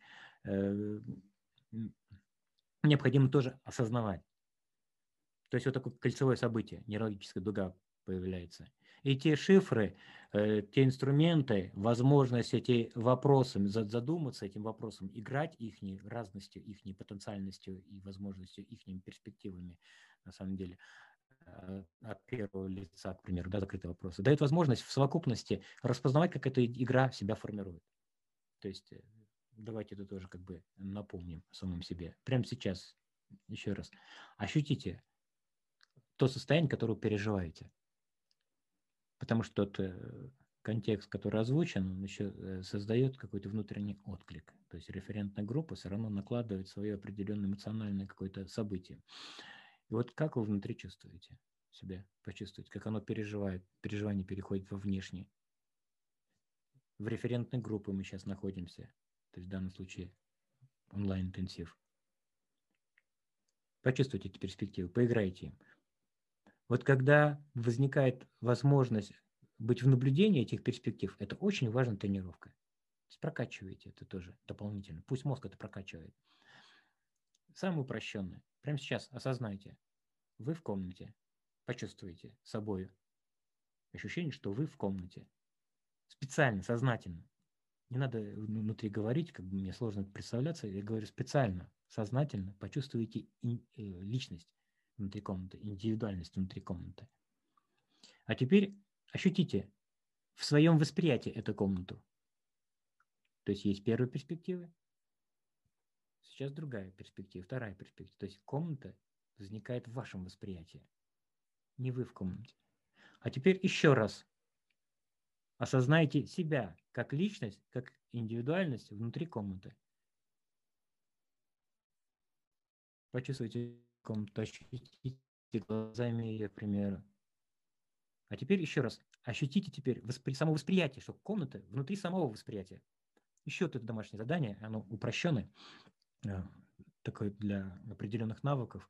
необходимо тоже осознавать. То есть вот такое кольцевое событие, нейрологическая дуга появляется. И те шифры, те инструменты, возможность эти вопросы, задуматься этим вопросом, играть их разностью, их потенциальностью и возможностью, их перспективами, на самом деле, от первого лица, к примеру, да, закрытые вопросы, дает возможность в совокупности распознавать, как эта игра себя формирует. То есть давайте это тоже как бы напомним самим себе. Прямо сейчас, еще раз, ощутите то состояние, которое вы переживаете. Потому что тот контекст, который озвучен, он еще создает какой-то внутренний отклик. То есть референтная группа все равно накладывает свое определенное эмоциональное какое-то событие. И вот как вы внутри чувствуете себя, почувствуете, как оно переживает, переживание переходит во внешнее. В референтной группе мы сейчас находимся, то есть в данном случае онлайн-интенсив. Почувствуйте эти перспективы, поиграйте им. Вот когда возникает возможность быть в наблюдении этих перспектив, это очень важная тренировка. То есть прокачивайте это тоже дополнительно. Пусть мозг это прокачивает. Самое упрощенное. Прямо сейчас осознайте. Вы в комнате. Почувствуйте собой ощущение, что вы в комнате. Специально, сознательно. Не надо внутри говорить, как бы мне сложно это представляться. Я говорю специально, сознательно. Почувствуйте личность внутри комнаты, индивидуальность внутри комнаты. А теперь ощутите в своем восприятии эту комнату. То есть первая перспектива, сейчас другая перспектива, вторая перспектива. То есть комната возникает в вашем восприятии, не вы в комнате. А теперь еще раз осознайте себя как личность, как индивидуальность внутри комнаты. Почувствуйте комнату, ощутите глазами ее, к примеру. А теперь еще раз ощутите теперь само восприятие, что комната внутри самого восприятия. Еще это домашнее задание, оно упрощенное, такое для определенных навыков.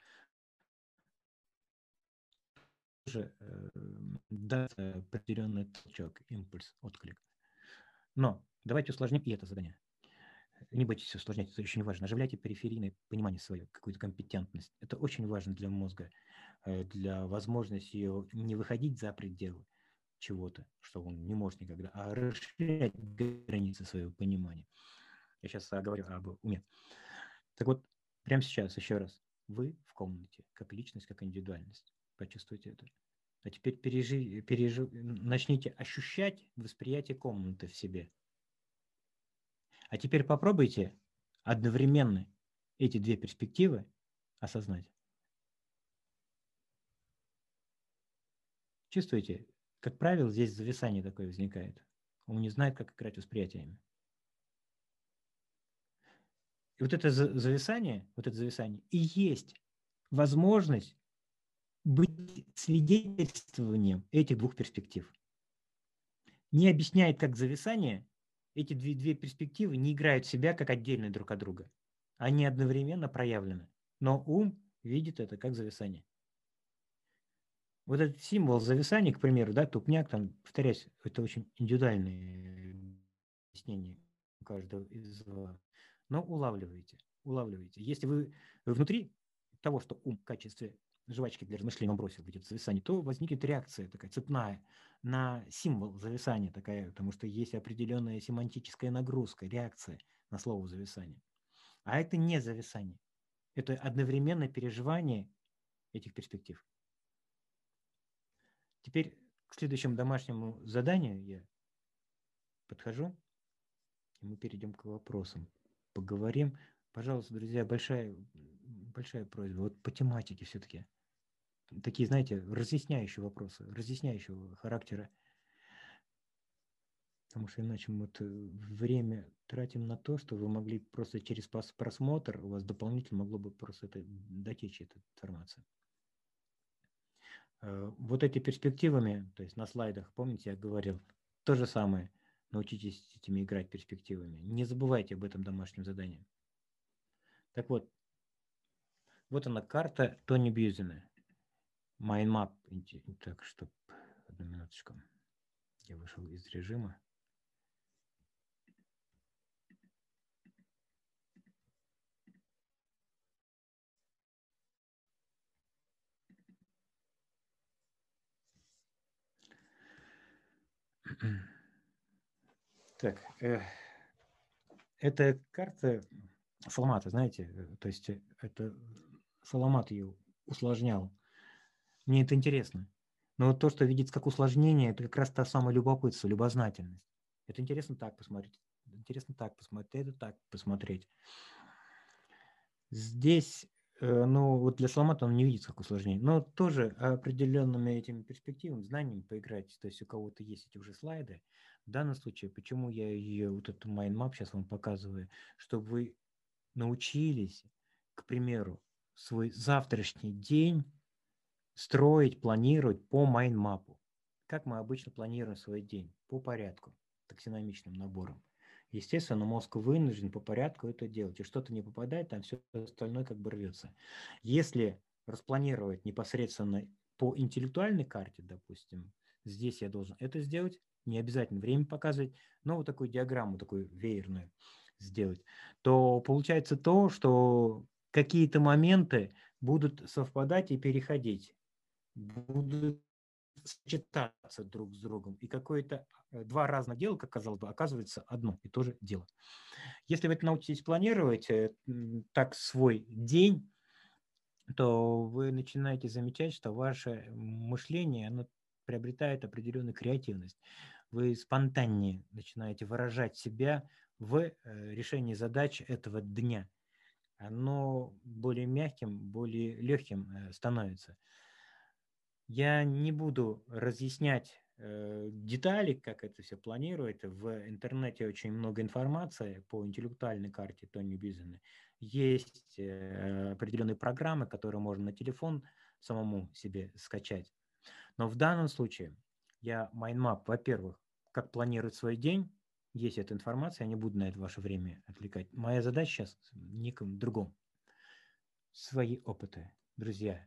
Тоже даст определенный толчок, импульс, отклик. Но давайте усложним и это задание. Не бойтесь усложнять, это очень важно. Оживляйте периферийное понимание свое, какую-то компетентность. Это очень важно для мозга, для возможности ее не выходить за пределы чего-то, что он не может никогда, а расширять границы своего понимания. Я сейчас говорю об уме. Так вот, прямо сейчас, еще раз, вы в комнате, как личность, как индивидуальность. Почувствуйте это. А теперь начните ощущать восприятие комнаты в себе. А теперь попробуйте одновременно эти две перспективы осознать. Чувствуете, как правило, здесь зависание такое возникает. Он не знает, как играть восприятиями. И вот это зависание и есть возможность быть свидетельствованием этих двух перспектив. Не объясняет, как зависание, эти две перспективы не играют в себя как отдельные друг от друга. Они одновременно проявлены, но ум видит это как зависание. Вот этот символ зависания, к примеру, да, тупняк, там, повторяюсь, это очень индивидуальное объяснение у каждого из вас. Но улавливаете. Если вы внутри того, что ум в качестве жвачки для размышления он бросил где-то зависание, то возникнет реакция такая цепная на символ зависания такая, потому что есть определенная семантическая нагрузка, реакция на слово зависание. А это не зависание. Это одновременное переживание этих перспектив. Теперь к следующему домашнему заданию я подхожу, и мы перейдем к вопросам. Поговорим. Пожалуйста, друзья, большая просьба. Вот по тематике все-таки. Такие, знаете, разъясняющие вопросы, разъясняющего характера. Потому что иначе мы время тратим на то, что вы могли просто через просмотр, у вас дополнительно могло бы просто дотечь эта информация. Вот эти перспективами, то есть на слайдах, помните, я говорил, то же самое. Научитесь этими играть перспективами. Не забывайте об этом домашнем задании. Так вот, вот она карта Тони Бьюзена. Майнмап. Так, что, одну минуточку. Я вышел из режима. Так, эта карта Саламата, знаете, то есть это Саламат ее усложнял. Мне это интересно. Но вот то, что видится как усложнение, это как раз та самая любопытство, любознательность. Это интересно так посмотреть, интересно так посмотреть, это так посмотреть. Здесь, ну, вот для Саламата он не видит как усложнение, но тоже определенными этими перспективами, знаниями поиграть. То есть у кого-то есть эти уже слайды. В данном случае, почему я ее, вот эту майндмап сейчас вам показываю, чтобы вы научились, к примеру, свой завтрашний день строить, планировать по майндмапу. Как мы обычно планируем свой день? По порядку, таксономичным набором. Естественно, мозг вынужден по порядку это делать. И что-то не попадает, там все остальное как бы рвется. Если распланировать непосредственно по интеллектуальной карте, допустим, здесь я должен это сделать, не обязательно время показывать, но вот такую диаграмму, такую веерную сделать, то получается то, что какие-то моменты будут совпадать и переходить, будут сочетаться друг с другом. И какое-то два разных дела, как казалось бы, оказывается одно и то же дело. Если вы это научитесь планировать так свой день, то вы начинаете замечать, что ваше мышление, оно приобретает определенную креативность. Вы спонтаннее начинаете выражать себя в решении задач этого дня. Оно более мягким, более легким становится. Я не буду разъяснять детали, как это все планирует. В интернете очень много информации по интеллектуальной карте Тони Бьюзена. Есть определенные программы, которые можно на телефон самому себе скачать. Но в данном случае я майндмап, во-первых, как планировать свой день, есть эта информация, я не буду на это ваше время отвлекать. Моя задача сейчас в неком другом. Свои опыты, друзья.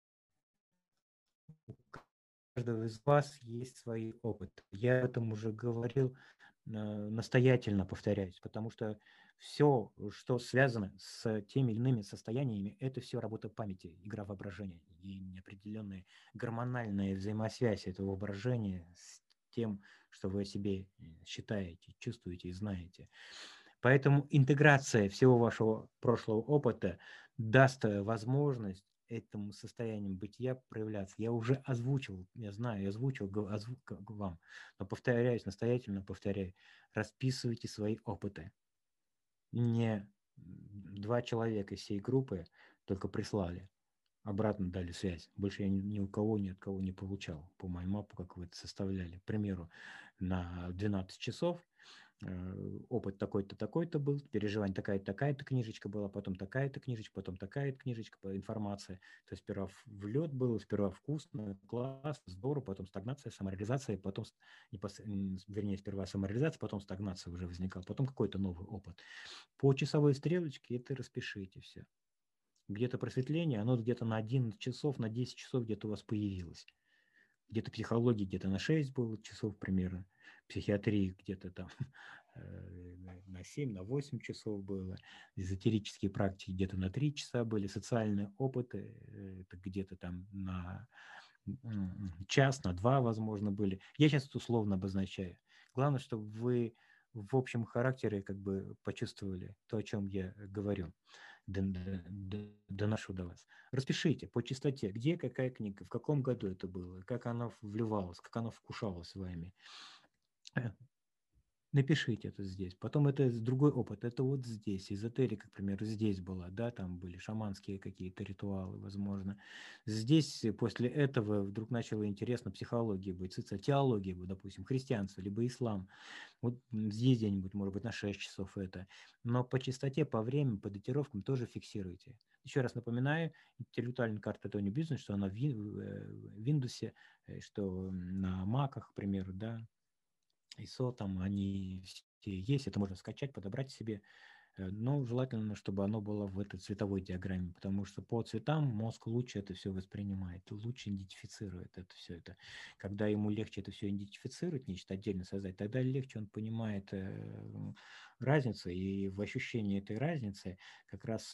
У каждого из вас есть свой опыт. Я об этом уже говорил, настоятельно повторяюсь, потому что все, что связано с теми или иными состояниями, это все работа памяти, игра воображения и определенная гормональная взаимосвязь этого воображения с тем, что вы о себе считаете, чувствуете и знаете. Поэтому интеграция всего вашего прошлого опыта даст возможность этому состоянию бытия проявляться. Я уже озвучивал, я знаю, я озвучил вам, но повторяюсь, настоятельно повторяю, расписывайте свои опыты. Не два человека из всей группы только прислали, обратно дали связь. Больше я ни у кого, ни от кого не получал по майндмапу, как вы это составляли. К примеру, на 12 часов опыт такой-то, такой-то был, переживание такая-то, такая-то книжечка была, потом такая-то книжечка, потом такая-то книжечка, информация. То есть сперва влет был, сперва вкусно, классно, здорово, потом стагнация, самореализация, потом, вернее, сперва самореализация, потом стагнация уже возникала, потом какой-то новый опыт. По часовой стрелочке это распишите все. Где-то просветление, оно где-то на 11 часов, на 10 часов где-то у вас появилось. Где-то психологии где-то на 6 было часов примерно, психиатрии где-то там на 7, на 8 часов было, эзотерические практики где-то на 3 часа были, социальные опыты это где-то там на час, на 2, возможно, были. Я сейчас это условно обозначаю. Главное, чтобы вы в общем характере как бы почувствовали то, о чем я говорю. Доношу до вас. Распишите по частоте, где какая книга, в каком году это было, как она вливалась, как она вкушалась вами. Напишите это здесь. Потом это другой опыт. Это вот здесь. Эзотерика, к примеру, здесь была, да, там были шаманские какие-то ритуалы, возможно. Здесь после этого вдруг начало интересно психология быть, теология, допустим, христианство, либо ислам. Вот здесь где-нибудь, может быть, на 6 часов это. Но по частоте, по времени, по датировкам тоже фиксируйте. Еще раз напоминаю, интеллектуальная карта это не бизнес, что она в Windows, что на Mac'ах, к примеру, да, ISO, там они все есть, это можно скачать, подобрать себе, но желательно, чтобы оно было в этой цветовой диаграмме, потому что по цветам мозг лучше это все воспринимает, лучше идентифицирует это все это. Когда ему легче это все идентифицировать, нечто отдельно создать, тогда легче он понимает разницу, и в ощущении этой разницы как раз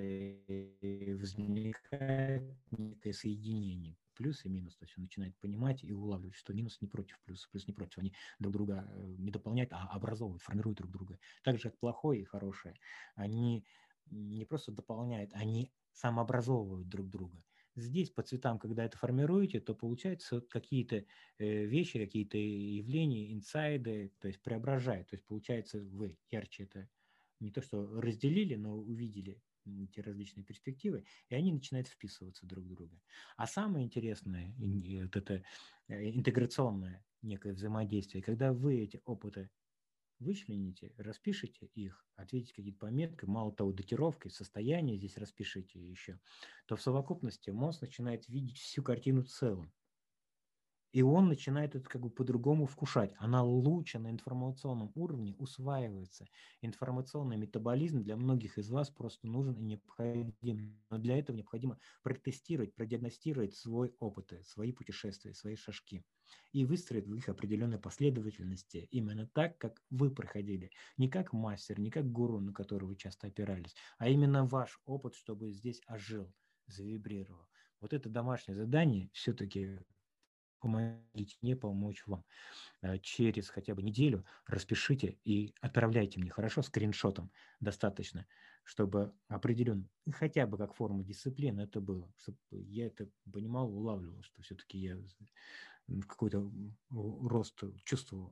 возникает некое соединение. Плюс и минус, то есть он начинает понимать и улавливать, что минус не против плюса, плюс не против. Они друг друга не дополняют, а образовывают, формируют друг друга. Так же, как плохое и хорошее. Они не просто дополняют, они самообразовывают друг друга. Здесь по цветам, когда это формируете, то получаются какие-то вещи, какие-то явления, инсайды, то есть преображают. То есть получается вы ярче это не то что разделили, но увидели эти различные перспективы, и они начинают вписываться друг в друга. А самое интересное, вот это интеграционное некое взаимодействие, когда вы эти опыты вычлените, распишите их, ответите какие-то пометки, мало того, датировкой, состояние здесь распишите еще, то в совокупности мозг начинает видеть всю картину в целом. И он начинает это как бы по-другому вкушать. Она лучше на информационном уровне усваивается. Информационный метаболизм для многих из вас просто нужен и необходим. Но для этого необходимо протестировать, продиагностировать свой опыт, свои путешествия, свои шажки. И выстроить в их определенной последовательности именно так, как вы проходили. Не как мастер, не как гуру, на которого вы часто опирались, а именно ваш опыт, чтобы здесь ожил, завибрировал. Вот это домашнее задание все-таки помогите мне помочь вам. Через хотя бы неделю распишите и отправляйте мне, хорошо, скриншотом достаточно, чтобы определен, хотя бы как форма дисциплины это было, чтобы я это понимал, улавливал, что все-таки я какой-то рост чувствовал.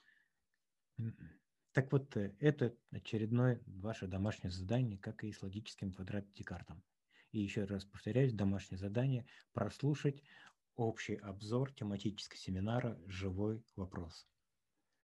Так вот, это очередное ваше домашнее задание, как и с логическим квадратом Декартом. И еще раз повторяюсь, домашнее задание – прослушать общий обзор тематического семинара «Живой вопрос».